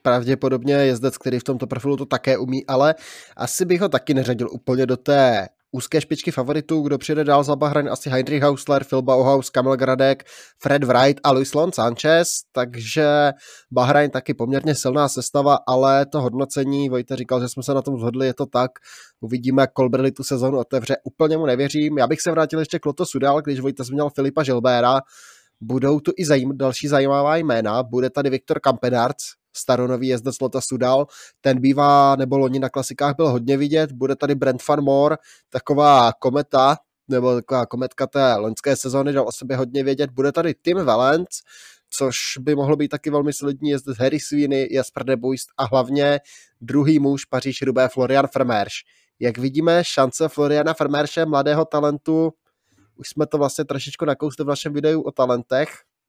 pravděpodobně jezdec, který v tomto profilu to také umí, ale asi bych ho taky neřadil úplně do té úzké špičky favoritů, kdo přijede dál za Bahrain, asi Heinrich Hausler, Phil Bauhaus, Kamil Gradek, Fred Wright a Luis Leon Sanchez, takže Bahrain taky poměrně silná sestava, ale to hodnocení, Vojta říkal, že jsme se na tom shodli, je to tak, uvidíme, jak Colbrelli tu sezonu otevře, úplně mu nevěřím, já bych se vrátil ještě k Lotto Soudal, když Vojta zmínil Filipa Gilbera, budou tu i zajím, další zajímavá jména, bude tady Viktor Kampenaerts, staronový jezdec Lotto Soudal, ten bývá, nebo loni na klasikách byl hodně vidět, bude tady Brent Van Moor, taková kometa, nebo taková kometka té loňské sezóny, dal o sobě hodně vědět, bude tady Tim Wellens, což by mohlo být taky velmi solidní jezdec Harry Sweeney, Jasper de Buist a hlavně druhý muž Paříž-Roubaix Florian Vermeersch. Jak vidíme, šance Floriana Vermeersche, mladého talentu, už jsme to vlastně trošičku nakousli v našem videu o talentech.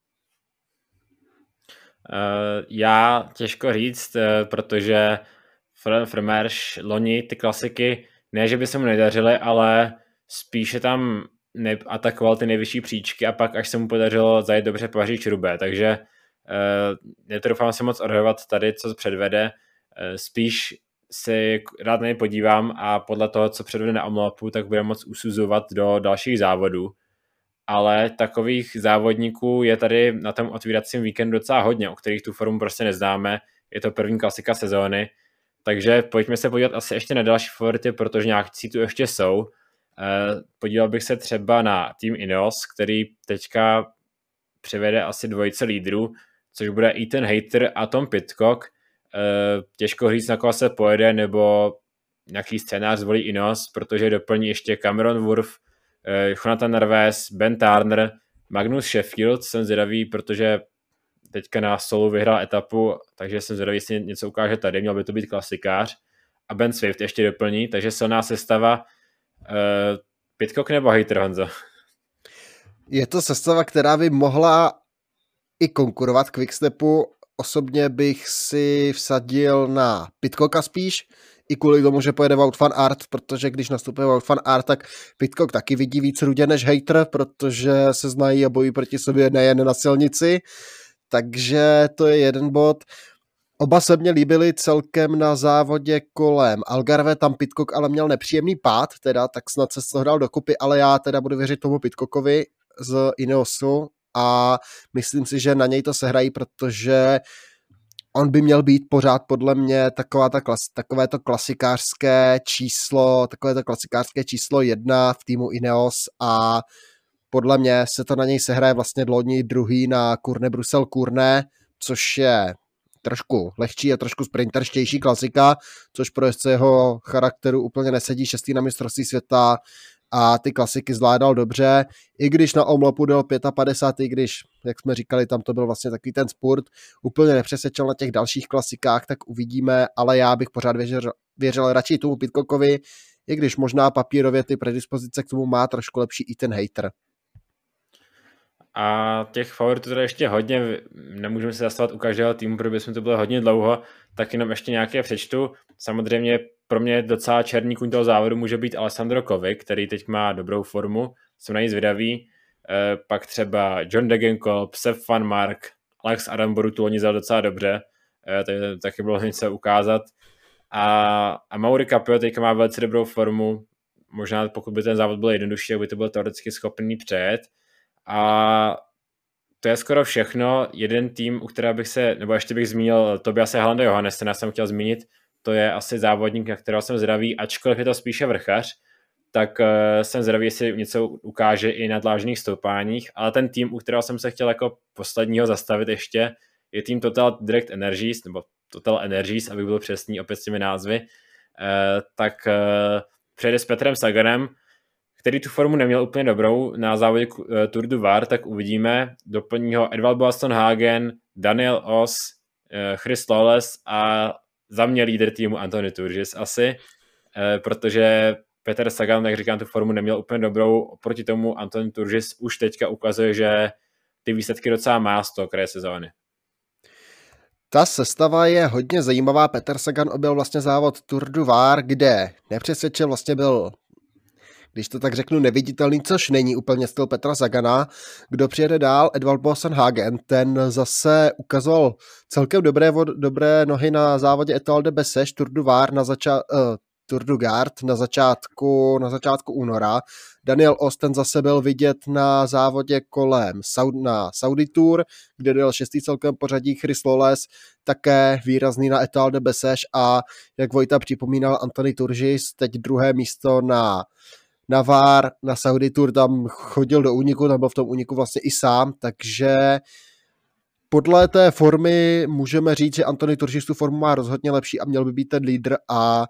Uh, já těžko říct, uh, protože Vermeersch loni ty klasiky, ne, že by se mu nedařily, ale spíše tam neatakoval ty nejvyšší příčky a pak až se mu podařilo zajet dobře Paříž-Roubaix, takže uh, netroufám se moc odhadovat tady, co předvede, uh, spíš si rád na něj podívám a podle toho, co předvede na omlopu, tak bude moc usuzovat do dalších závodů. Ale takových závodníků je tady na tom otvíracím víkendu docela hodně, o kterých tu formu prostě neznáme. Je to první klasika sezóny, takže pojďme se podívat asi ještě na další favority, protože nějaký tu ještě jsou. Podíval bych se třeba na tým Ineos, který teďka přivede asi dvojice lídrů, což bude Ethan Hayter a Tom Pidcock. Těžko říct, na koho se pojede, nebo nějaký scénář zvolí Ineos, protože doplní ještě Cameron Wurf, Jonathan Narvaez, Ben Turner, Magnus Sheffield, jsem zvědavý, protože teďka na solu vyhrál etapu, takže jsem zvědavý, jestli něco ukáže tady, měl by to být klasikář. A Ben Swift ještě doplní, takže silná sestava. Uh, Pidcock nebo Hayter, Honzo? Je to sestava, která by mohla i konkurovat Quickstepu. Osobně bych si vsadil na Pidcocka spíš, i kvůli tomu, že pojede Wout van Aert, protože když nastupuje Wout van Aert, tak Pidcock taky vidí víc rudě než Hayter, protože se znají a bojí proti sobě nejen na silnici. Takže to je jeden bod. Oba se mě líbili celkem na závodě kolem Algarve, tam Pidcock ale měl nepříjemný pád, teda, tak snad se to hrál dokupy, ale já teda budu věřit tomu Pidcockovi z Ineosu a myslím si, že na něj to sehrají, protože on by měl být pořád podle mě taková ta klas, takové to klasikářské číslo, takové to klasikářské číslo jedna v týmu Ineos a podle mě se to na něj sehraje vlastně loni druhý na Kurne Brusel Kurne, což je trošku lehčí a trošku sprinterštější klasika, což pro jezdce jeho charakteru úplně nesedí, šestý na mistrovství světa a ty klasiky zvládal dobře, i když na omlopu dal padesát pět, i když, jak jsme říkali, tam to byl vlastně takový ten spurt, úplně nepřesvědčil na těch dalších klasikách, tak uvidíme, ale já bych pořád věřil, věřil radši tomu Pidcockovi, i když možná papírově ty predispozice k tomu má trošku lepší i ten Hayter. A těch favoritů tady ještě hodně, nemůžeme se zastavovat u každého týmu, protože jsme to bylo hodně dlouho, tak jenom ještě nějaké přečtu. Samozřejmě pro mě docela černý kůň toho závodu může být Alessandro Kovi, který teď má dobrou formu, jsem na ní zvědavý. E, pak třeba John Degenkolb, Sepp van Mark, Alex Aranburu tu loni docela dobře, e, takže taky bylo něco ukázat. A, a Mauri Capio teďka má velice dobrou formu, možná pokud by ten závod byl jednodušší, tak by to byl teoreticky schopný přejet. A to je skoro všechno. Jeden tým, u kterého bych se, nebo ještě bych zmínil Tobiase Halanda Johannese, já jsem chtěl zmínit, to je asi závodník, na kterého jsem zdravý, ačkoliv je to spíše vrchař, tak uh, jsem zdravý, jestli něco ukáže i na dlážných stoupáních, ale ten tým, u kterého jsem se chtěl jako posledního zastavit ještě, je tým Total Direct Energies, nebo Total Energies, abych byl přesný opět s těmi názvy, uh, tak uh, přejde s Petrem Saganem, který tu formu neměl úplně dobrou na závodě Tour du Var, tak uvidíme. Doplní ho Edvald Boasson Hagen, Daniel Oss, Chris Lawless a za mě lídr týmu Anthony Turgis asi, protože Peter Sagan, jak říkám, tu formu neměl úplně dobrou. Oproti tomu Anthony Turgis už teďka ukazuje, že ty výsledky docela má z toho kraje sezóny. Ta sestava je hodně zajímavá. Peter Sagan objel vlastně závod Tour du Var, kde nepřesvědčil, vlastně byl, když to tak řeknu, neviditelný, což není úplně styl Petra Sagana. Kdo přijede dál? Edvald Boasson Hagen, ten zase ukazoval celkem dobré, dobré nohy na závodě Etoile de Bessèges Tour du Var na zača- uh, Tour du Gard na začátku, na začátku února. Daniel Osten zase byl vidět na závodě kolem Saud, na Saudi Tour, kde dojel šestý celkem pořadí. Chris Lawless také výrazný na Étoile de Bessèges a jak Vojta připomínal, Anthony Turgis teď druhé místo na na V A R, na Saudi Tour, tam chodil do úniku, tam byl v tom úniku vlastně i sám, takže podle té formy můžeme říct, že Anthony Turgis tu formu má rozhodně lepší a měl by být ten lídr a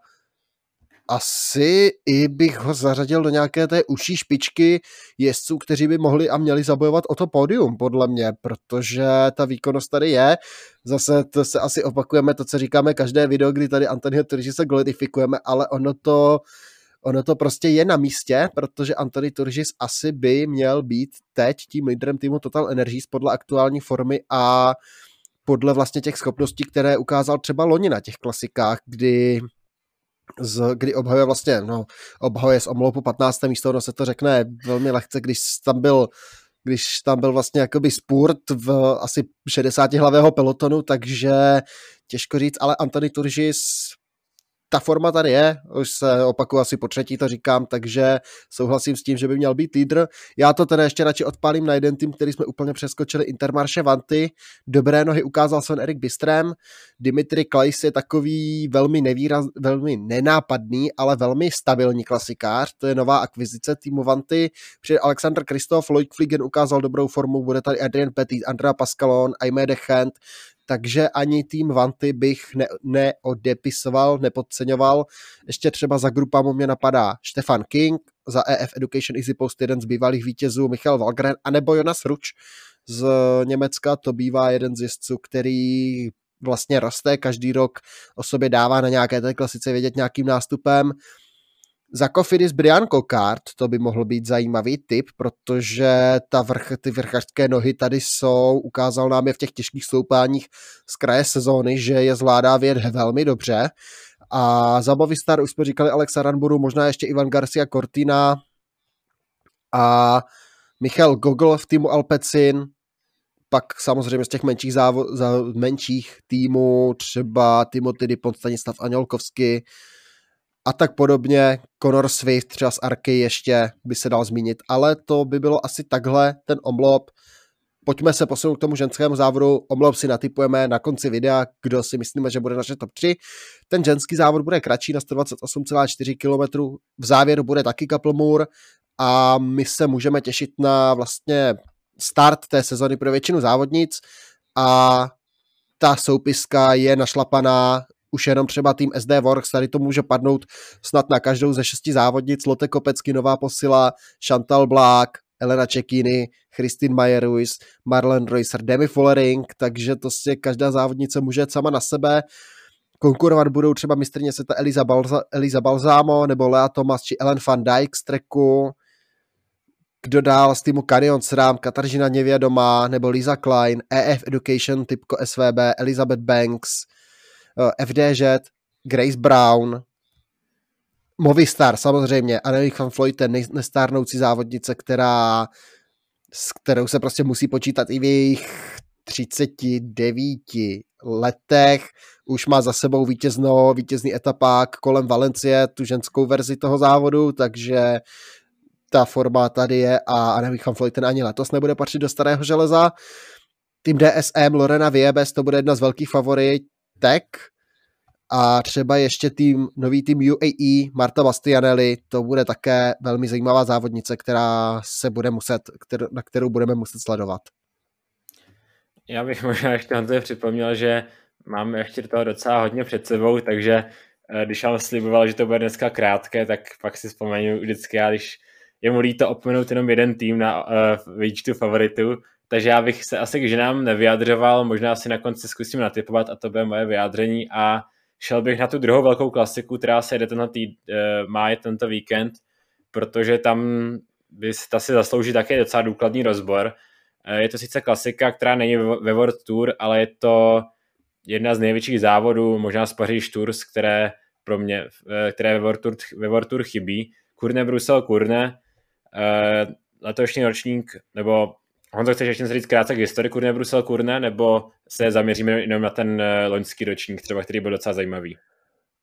asi i bych ho zařadil do nějaké té užší špičky jezdců, kteří by mohli a měli zabojovat o to pódium, podle mě, protože ta výkonnost tady je. Zase to se asi opakujeme, to, co říkáme každé video, kdy tady Anthony Turgise glorifikujeme, ale ono to Ono to prostě je na místě, protože Anthony Turgis asi by měl být teď tím lídrem týmu Total Energies podle aktuální formy a podle vlastně těch schopností, které ukázal třeba loni na těch klasikách, kdy, z, kdy obhajuje vlastně, no, obhajuje s omloupou patnácté místo, ono se to řekne velmi lehce, když tam byl když tam byl vlastně jakoby spurt v asi šedesáti-hlavého pelotonu, takže těžko říct, ale Anthony Turgis, ta forma tady je, už se opakuju asi po třetí, to říkám, takže souhlasím s tím, že by měl být lídr. Já to teda ještě radši odpálím na jeden tým, který jsme úplně přeskočili, Intermarché Vanty. Dobré nohy ukázal Sven Erik Bystrém. Dimitri Klais je takový velmi nevýraz, velmi nenápadný, ale velmi stabilní klasikář. To je nová akvizice týmu Vanty. Přijde Alexander Kristoff, Loic Fliegen ukázal dobrou formu, bude tady Adrian Petit, Andrea Pascalon, Aimé de Gent, takže ani tým Vanty bych ne, neodepisoval, nepodceňoval. Ještě třeba za grupama mě napadá Stefan King, za E F Education Easy Post jeden z bývalých vítězů Michael Valgren, anebo Jonas Ruč z Německa, to bývá jeden z jezdců, který vlastně roste, každý rok o sobě dává na nějaké té klasice vědět nějakým nástupem. Za Cofidis Brian Coquard, to by mohl být zajímavý tip, protože ta vrch, ty vrchařské nohy tady jsou, ukázal nám je v těch těžkých stoupáních z kraje sezóny, že je zvládá vědět velmi dobře. A za Movistar už jsme říkali Alex Aranburu, možná ještě Ivan Garcia Cortina a Michal Gogol v týmu Alpecin, pak samozřejmě z těch menších, závo- za menších týmů, třeba Timothy Dupont, Stanislav Aňolkovský a tak podobně. Conor Swift třeba z Arky ještě by se dal zmínit, ale to by bylo asi takhle ten omlop. Pojďme se posunout k tomu ženskému závodu. Omlop si natipujeme na konci videa, kdo si myslíme, že bude naše top tři. Ten ženský závod bude kratší na sto dvacet osm celá čtyři kilometru. V závěru bude taky Kappelmoor a my se můžeme těšit na vlastně start té sezony pro většinu závodnic a ta soupiska je našlapaná. Už jenom třeba tým S D Works, tady to může padnout snad na každou ze šesti závodnic. Lotte Kopecky, nová posila, Chantal Blaak, Elena Cecchini, Christine Mayer-Ruiz, Marlene Reusser, Demi Vollering, takže to si každá závodnice může jet sama na sebe. Konkurovat budou třeba mistrně světa Elisa, Balza, Elisa Balzamo nebo Lea Thomas či Ellen van Dijk z treku. Kdo dál z týmu Canyon SRAM, Katarzyna Nevědomá nebo Lisa Klein, E F Education, typko S V B, Elizabeth Banks, F D J, Grace Brown, Movistar samozřejmě, Annemiek van Vleuten, nestárnoucí závodnice, která, s kterou se prostě musí počítat i v jejich třiceti devíti letech. Už má za sebou vítězno, vítězný etapák kolem Valencie, tu ženskou verzi toho závodu, takže ta forma tady je a Annemiek van Vleuten ani letos nebude patřit do starého železa. Tým D S M, Lorena Wiebes, to bude jedna z velkých favoritek. A třeba ještě tým, nový tým U A E, Marta Bastianelli, to bude také velmi zajímavá závodnice, která se bude muset, kter, na kterou budeme muset sledovat. Já bych možná ještě Honzovi připomněl, že máme ještě toho docela hodně před sebou, takže když vám sliboval, že to bude dneska krátké, tak pak si vzpomenu vždycky, já když je mu líto opomenout jenom jeden tým na uh, výčtu favoritů, takže já bych se asi k ženám nevyjadřoval, možná si na konci zkusím natypovat a to bude moje vyjádření a šel bych na tu druhou velkou klasiku, která se jede tenhle tý, uh, má tento víkend, protože tam by ta si zaslouží také docela důkladný rozbor. Uh, je to sice klasika, která není ve World Tour, ale je to jedna z největších závodů, možná z Paříž Tours, které pro mě, uh, které ve World Tour, ve World Tour chybí. Kurne Brusel Kurne, uh, letošní ročník, nebo Honzo, chceš ještě říct krátce k historii Kurne Brusel Kurne, nebo se zaměříme jenom na ten uh, loňský ročník, třeba, který byl docela zajímavý?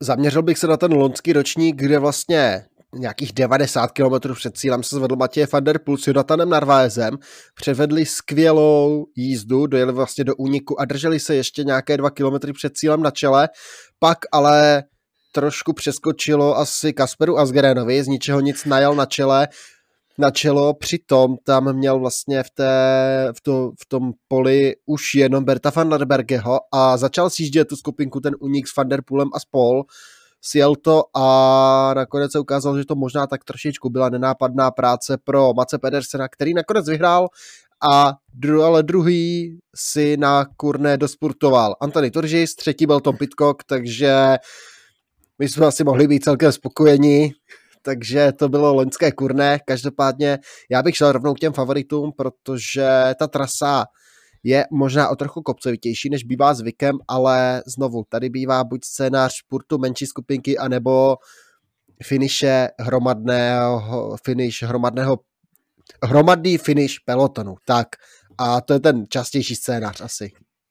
Zaměřil bych se na ten loňský ročník, kde vlastně nějakých devadesát kilometrů před cílem se zvedl Matěj van der Poel s Jonathanem Narváezem, předvedli skvělou jízdu, dojeli vlastně do úniku a drželi se ještě nějaké dva kilometry před cílem na čele, pak ale trošku přeskočilo asi Kasperu Asgrenovi, z ničeho nic najel na čele, na čelo, přitom tam měl vlastně v, té, v, to, v tom poli už jenom Berta van der Bergeho a začal sjíždět tu skupinku ten únik s Van der Poelem a spol. Sjel to a nakonec se ukázalo, že to možná tak trošičku byla nenápadná práce pro Matse Pedersena, který nakonec vyhrál, a dru, ale druhý si na Kurné dospurtoval Anthony Turgis, třetí byl Tom Pidcock, takže my jsme asi mohli být celkem spokojeni. Takže to bylo loňské Kurné. Každopádně já bych šel rovnou k těm favoritům, protože ta trasa je možná o trochu kopcovitější, než bývá zvykem, ale znovu, tady bývá buď scénář špurtu menší skupinky, anebo finiše hromadného, finish hromadného, hromadný finish pelotonu. Tak, a to je ten častější scénář asi.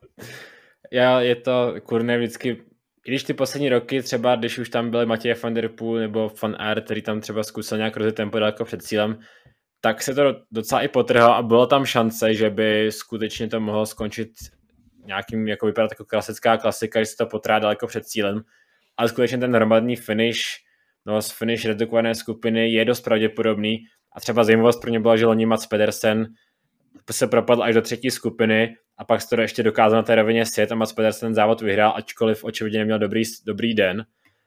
Já, je to Kurné vždycky, i když ty poslední roky, třeba když už tam byly Matěj van der Poel nebo Van Aert, který tam třeba zkusil nějak rozjet tempo daleko před cílem, tak se to docela i potrhalo a bylo tam šance, že by skutečně to mohlo skončit nějakým, jako vypadat jako klasická klasika, že se to potrhá daleko před cílem, ale skutečně ten hromadný finish, no z finish redukované skupiny je dost pravděpodobný a třeba zajímavost pro ně byla, že loni Mats Pedersen se propadl až do třetí skupiny a pak se to ještě dokázal na té rovině sjet a Mats Pedersen závod vyhrál, ačkoliv očividně neměl dobrý, dobrý den.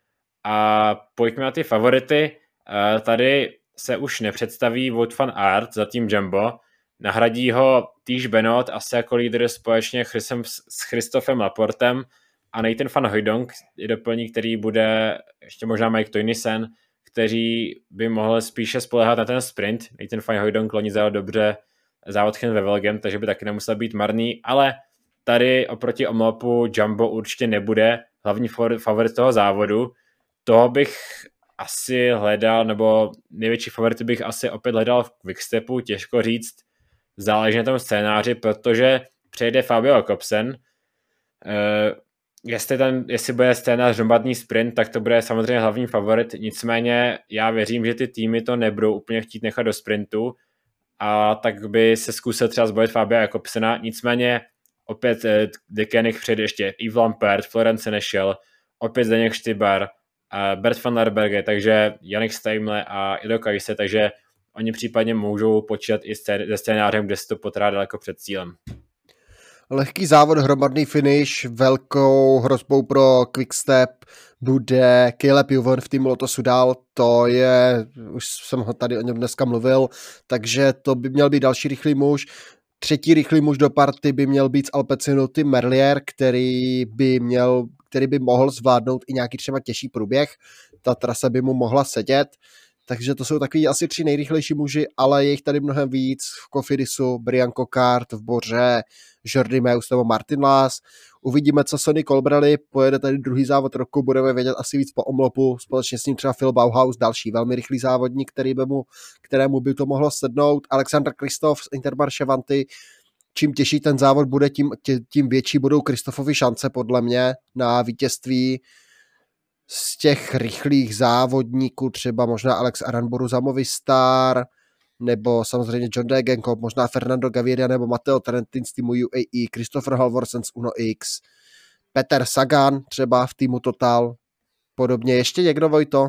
A pojďme na ty favority. Tady se už nepředstaví Wout van Aert za tým Jumbo, nahradí ho Tish Benoot asi jako lídr společně Chrisem, s Christophem Laportem a Nathan van Hooydonk je doplní, který bude ještě možná Mike Teunissen, kteří by mohli spíše spoléhat na ten sprint. Nathan van Hooydonk loni zajel dobře závod ve Velgem, takže by taky nemusel být marný, ale tady oproti omlopu Jumbo určitě nebude hlavní favorit toho závodu. Toho bych asi hledal, nebo největší favority bych asi opět hledal v Quickstepu, těžko říct, záleží na tom scénáři, protože přejde Fabio Jakobsen. Uh, jestli, ten, jestli bude scénář hromadný sprint, tak to bude samozřejmě hlavní favorit, nicméně já věřím, že ty týmy to nebudou úplně chtít nechat do sprintu, a tak by se zkusil třeba zbavit Fabia Jakobsena, nicméně opět De Koning přejde ještě Yves Lampaert, Florence Senechal, opět Zdeněk Štybar, Bert van der Berge, takže Jannik Steimle a Ido Kajse, takže oni případně můžou počítat i se scénářem, kde se to potrhá daleko před cílem. Lehký závod, hromadný finish, velkou hrozbou pro Quickstep bude Caleb Ewan v týmu Lotosu dál, to je, už jsem ho tady o něm dneska mluvil, takže to by měl být další rychlý muž. Třetí rychlý muž do party by měl být z Alpecinu Tim Merlier, který by měl, který by mohl zvládnout i nějaký třeba těžší průběh, ta trasa by mu mohla sedět. Takže to jsou takový asi tři nejrychlejší muži, ale je jich tady mnohem víc. V Cofidisu Brian Coquart, v Boře Jordi Meus nebo Martin Laas. Uvidíme, co Sonny Colbrelli, pojede tady druhý závod roku, budeme vědět asi víc po omlopu, společně s ním třeba Phil Bauhaus, další velmi rychlý závodník, který by mu, kterému by to mohlo sednout. Alexander Kristof z Intermarché Vanty. Čím těžší ten závod bude, tím, tím větší budou Kristofovi šance podle mě na vítězství. Z těch rychlých závodníků třeba možná Alex Aranburu za Movistar, nebo samozřejmě John Degenkolb, možná Fernando Gaviria nebo Matteo Trentin z týmu U A E, Christopher Halvorsen z Uno X, Peter Sagan třeba v týmu Total, podobně. Ještě někdo, Vojto?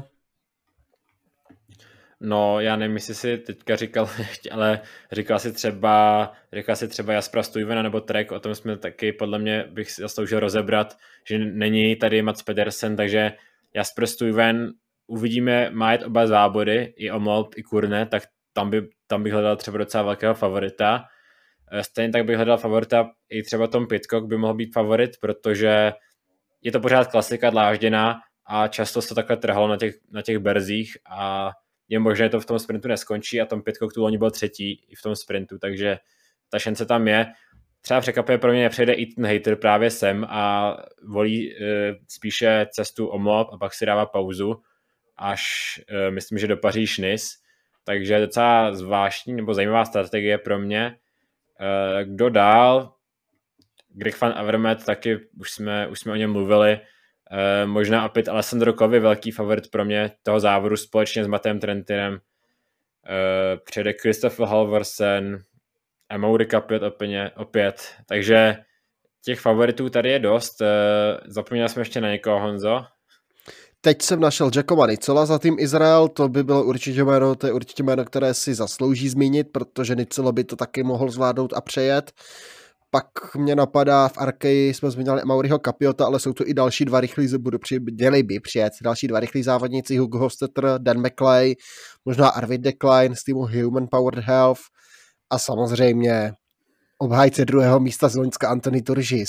No, já nevím, jestli si teďka říkal, ale říkal si třeba, říkal si třeba Jaspera Stuyvena nebo Trek, o tom jsme taky, podle mě bych si zasloužil rozebrat, že není tady Mats Pedersen, takže Jasper Stuyven, uvidíme, má jet oba závody, i Omloop, i Kurne, tak tam, by, tam bych hledal třeba docela velkého favorita. Stejně tak bych hledal favorita, i třeba Tom Pidcock by mohl být favorit, protože je to pořád klasika dlážděná a často se to takhle trhalo na těch, na těch berzích a je možné, že to v tom sprintu neskončí a Tom Pidcock tu loni byl třetí i v tom sprintu, takže ta šance tam je. Třeba překvapuje pro mě nepřejde i ten hater právě sem a volí e, spíše cestu Omloop a pak si dává pauzu, až e, myslím, že do Paříž-Nice. Takže docela zvláštní nebo zajímavá strategie pro mě. E, kdo dál? Greg van Avermaet taky, už jsme, už jsme o něm mluvili. Uh, možná opět Alessandro Covi, velký favorit pro mě toho závodu společně s Mattem Trentinem. Uh, přijede Christopher Halvorsen, Amaury Capot opět, opět. Takže těch favoritů tady je dost. Uh, zapomněl jsme ještě na někoho, Honzo? Teď jsem našel Giacomo Nicola za tým Izrael, to by bylo určitě jméno, to je určitě jméno, které si zaslouží zmínit, protože Nicola by to taky mohl zvládnout a přejet. Pak mě napadá, v Arkei jsme zmínili Amauryho Capiota, ale jsou tu i další dva rychlí, budu při, měli by přijet, další dva rychlí závodníci, Hugo Hostetter, Dan McLay, možná Arvid Decline z týmu Human Powered Health a samozřejmě obhájce druhého místa z loňska Anthony Turgis.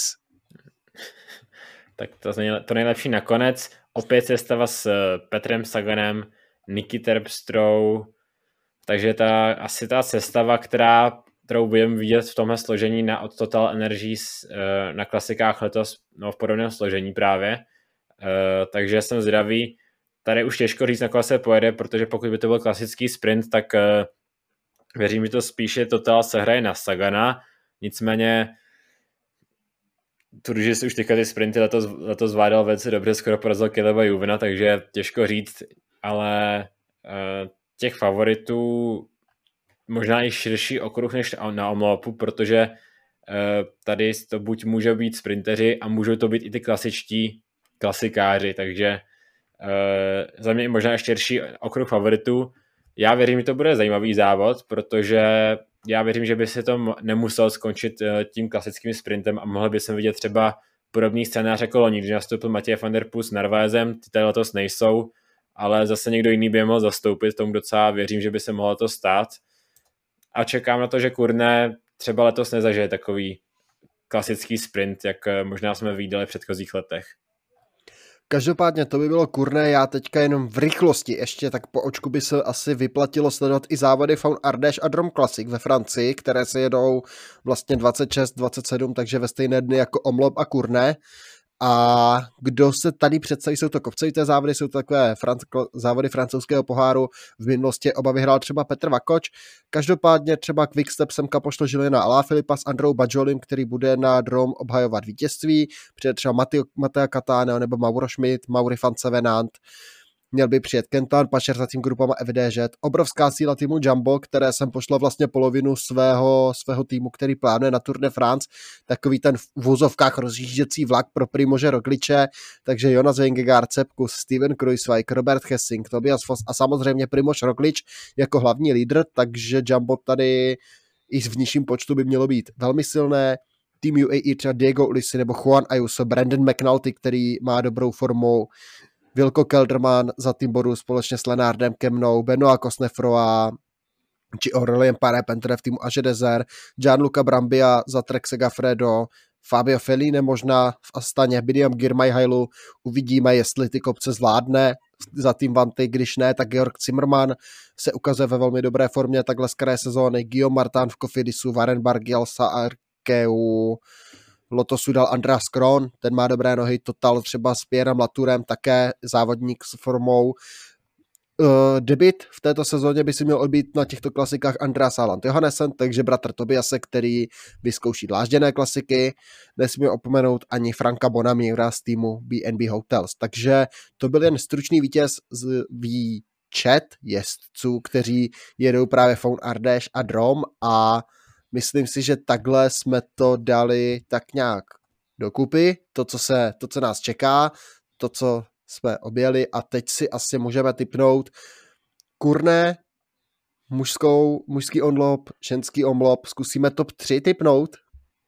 Tak to, to nejlepší nakonec. Opět sestava s Petrem Saganem, Niky Terpstrou, takže ta, asi ta sestava, která, kterou budeme vidět v tomhle složení na, od Total Energies na klasikách letos, no v podobném složení právě. Takže jsem zvědavý. Tady už těžko říct, na koho se pojede, protože pokud by to byl klasický sprint, tak věřím, že to spíše Total sehraje na Sagana. Nicméně Turgis už teďka ty sprinty letos, letos zvládal velice dobře, skoro porazil Caleba Juvena, takže těžko říct, ale uh, těch favoritů možná i širší okruh než na omlopu, protože uh, tady to buď může být sprinteři a můžou to být i ty klasičtí klasikáři, takže uh, za mě možná ještě širší okruh favoritů. Já věřím, že to bude zajímavý závod, protože já věřím, že by se to nemusel skončit tím klasickým sprintem a mohl by jsem vidět třeba podobný scénář jako loni, když nastoupil Matěj van der Poel s Narváezem, ty tady letos nejsou, ale zase někdo jiný by je mohl zastoupit, tomu docela věřím, že by se mohlo to stát. A čekám na to, že Kurné třeba letos nezažije takový klasický sprint, jak možná jsme viděli v předchozích letech. Každopádně to by bylo Kurné, já teďka jenom v rychlosti ještě, tak po očku by se asi vyplatilo sledovat i závody Faun Ardèche a Drôme Classic ve Francii, které se jedou vlastně dvacet šest dvacet sedm, takže ve stejné dny jako Omlop a Kurné. A kdo se tady představí, jsou to kopcovité závody, jsou to takové franc- závody francouzského poháru, v minulosti oba vyhrál třeba Petr Vakoč, každopádně třeba Quickstep semka pošlo Juliana Alaphilippa s Androu Bajolim, který bude na Drôme obhajovat vítězství, přijde třeba Matteo Cattaneo nebo Mauro Schmidt, Mauri van Sevenant, měl by přijet Kentan, Pašer za tím grupama F D Ž, obrovská síla týmu Jumbo, které sem pošlo vlastně polovinu svého, svého týmu, který plánuje na Tour de France, takový ten v vozovkách rozjížděcí vlak pro Primože Rogliče, takže Jonas Vingegaard, Sepkus, Steven Kruijswijk, Robert Hessing, Tobias Foss a samozřejmě Primož Roglič jako hlavní lídr, takže Jumbo tady i v nižším počtu by mělo být velmi silné. Tým U A E třeba Diego Ulissi nebo Juan Ayuso, Brandon McNulty, který má dobrou formu, Wilco Kelderman za tým bodů společně s Lennardem Kemnou, Benoît Cosnefroy či Aurelien Paré-Pentre v týmu Age Desert, Gianluca Brambilla za Trek Segafredo, Fabio Feline možná v Astaně, Bidiam Girmay-Hailu, uvidíme, jestli ty kopce zvládne za tým Vanty, když ne, tak Georg Zimmermann se ukazuje ve velmi dobré formě takhle z kraje sezóny, Guillaume Martin v Cofidisu, Warren Barguil, Arkeu, Lotosu dal Andreas Kron, ten má dobré nohy, Total třeba s Pierrem Latourem, také závodník s formou. Uh, debut v této sezóně by si měl odbít na těchto klasikách Andreas Haaland Johannesen, takže bratr Tobiase, který vyzkouší dlážděné klasiky, nesmíme opomenout ani Franka Bonamira z týmu B and B Hotels. Takže to byl jen stručný vítěz z výčet jezdců, kteří jedou právě Faun Ardèche a Drôme a myslím si, že takhle jsme to dali tak nějak dokupy, to, co, se, to, co nás čeká, to, co jsme objeli a teď si asi můžeme tipnout Kurné, mužskou, mužský omlop, ženský omlop, zkusíme top tři tipnout?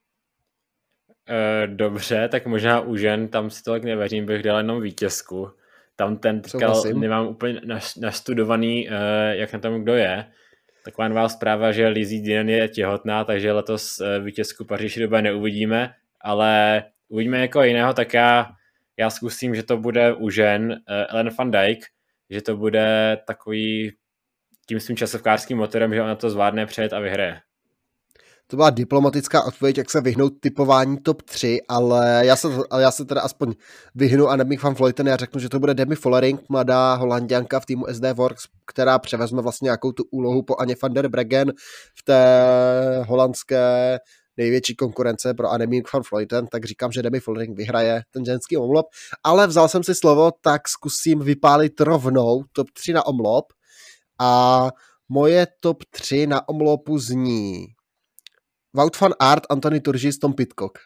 E, dobře, tak možná u žen, tam si tolik nevěřím, bych dal jenom vítězku. Tam ten teďka nemám úplně nastudovaný, jak na tom kdo je. Taková nová zpráva, že Lizzie Deignan je těhotná, takže letos vítězku Paříž-Roubaix neuvidíme, ale uvidíme jako jiného, tak já, já zkusím, že to bude u žen Ellen van Dijk, že to bude takový tím svým časovkářským motorem, že ona to zvládne přejet a vyhraje. To byla diplomatická odpověď, jak se vyhnout typování top tři, ale já se, já se teda aspoň vyhnu a Annemiek van Vleuten, já řeknu, že to bude Demi Vollering, mladá Holanďanka v týmu S D Works, která převezme vlastně nějakou tu úlohu po Anně van der Breggen v té holandské největší konkurence pro Annemiek van Vleuten, tak říkám, že Demi Vollering vyhraje ten ženský omlop, ale vzal jsem si slovo, tak zkusím vypálit rovnou top tři na omlop a moje top tři na omlopu zní Wout van Aert, Anthony Turgis, Tom Pidcock.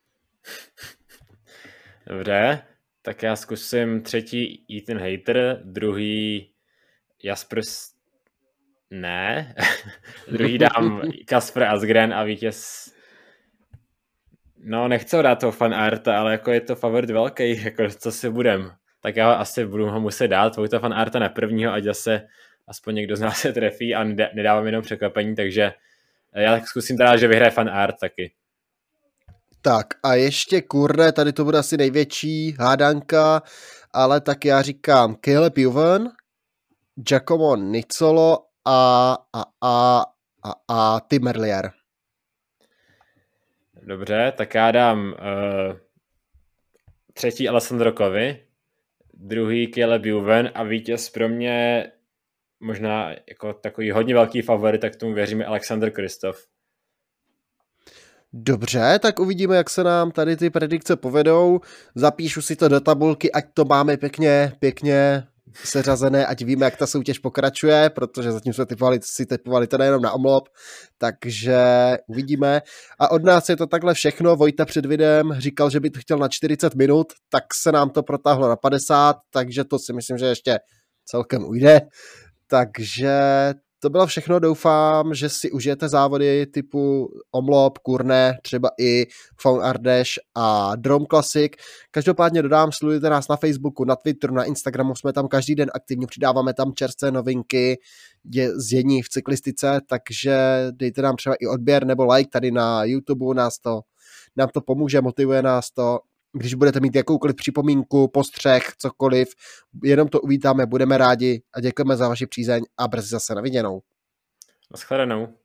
Dobře, tak já zkusím třetí Ethan Hayter, druhý Jasper... Ne. Druhý dám Kasper Asgren a vítěz... No, nechci ho dát toho Van Aerta, ale jako je to favorit velký, jako co si budem. Tak já asi budu ho muset dát, Vojta Van Aerta na prvního, ať zase aspoň někdo z nás se trefí a nedávám jenom překvapení, takže já tak zkusím teda, že vyhraje Van Aert taky. Tak a ještě kurde, tady to bude asi největší hádanka, ale tak já říkám Caleb Ewan, Giacomo Nizzolo a, a, a, a, a Tim Merlier. Dobře, tak já dám uh, třetí Alessandro Covi, druhý Caleb Ewan a vítěz pro mě možná jako takový hodně velký favorit, tak tomu věříme Alexander Kristoff. Dobře, tak uvidíme, jak se nám tady ty predikce povedou. Zapíšu si to do tabulky, ať to máme pěkně, pěkně seřazené, ať víme, jak ta soutěž pokračuje, protože zatím jsme typovali, si typovali to nejenom na omlop, takže uvidíme. A od nás je to takhle všechno. Vojta před videem říkal, že by to chtěl na čtyřicet minut, tak se nám to protáhlo na padesát, takže to si myslím, že ještě celkem ujde. Takže to bylo všechno, doufám, že si užijete závody typu omlop, kurné, třeba i Faun Ardèche a Drôme Classic. Každopádně dodám, sledujte nás na Facebooku, na Twitteru, na Instagramu, jsme tam každý den aktivně, přidáváme tam čerstvé novinky z dění v cyklistice, takže dejte nám třeba i odběr nebo like tady na YouTube, nás to, nám to pomůže, motivuje nás to. Když budete mít jakoukoliv připomínku, postřeh, cokoliv, jenom to uvítáme, budeme rádi a děkujeme za vaši přízeň a brzy zase na viděnou. Naschledanou.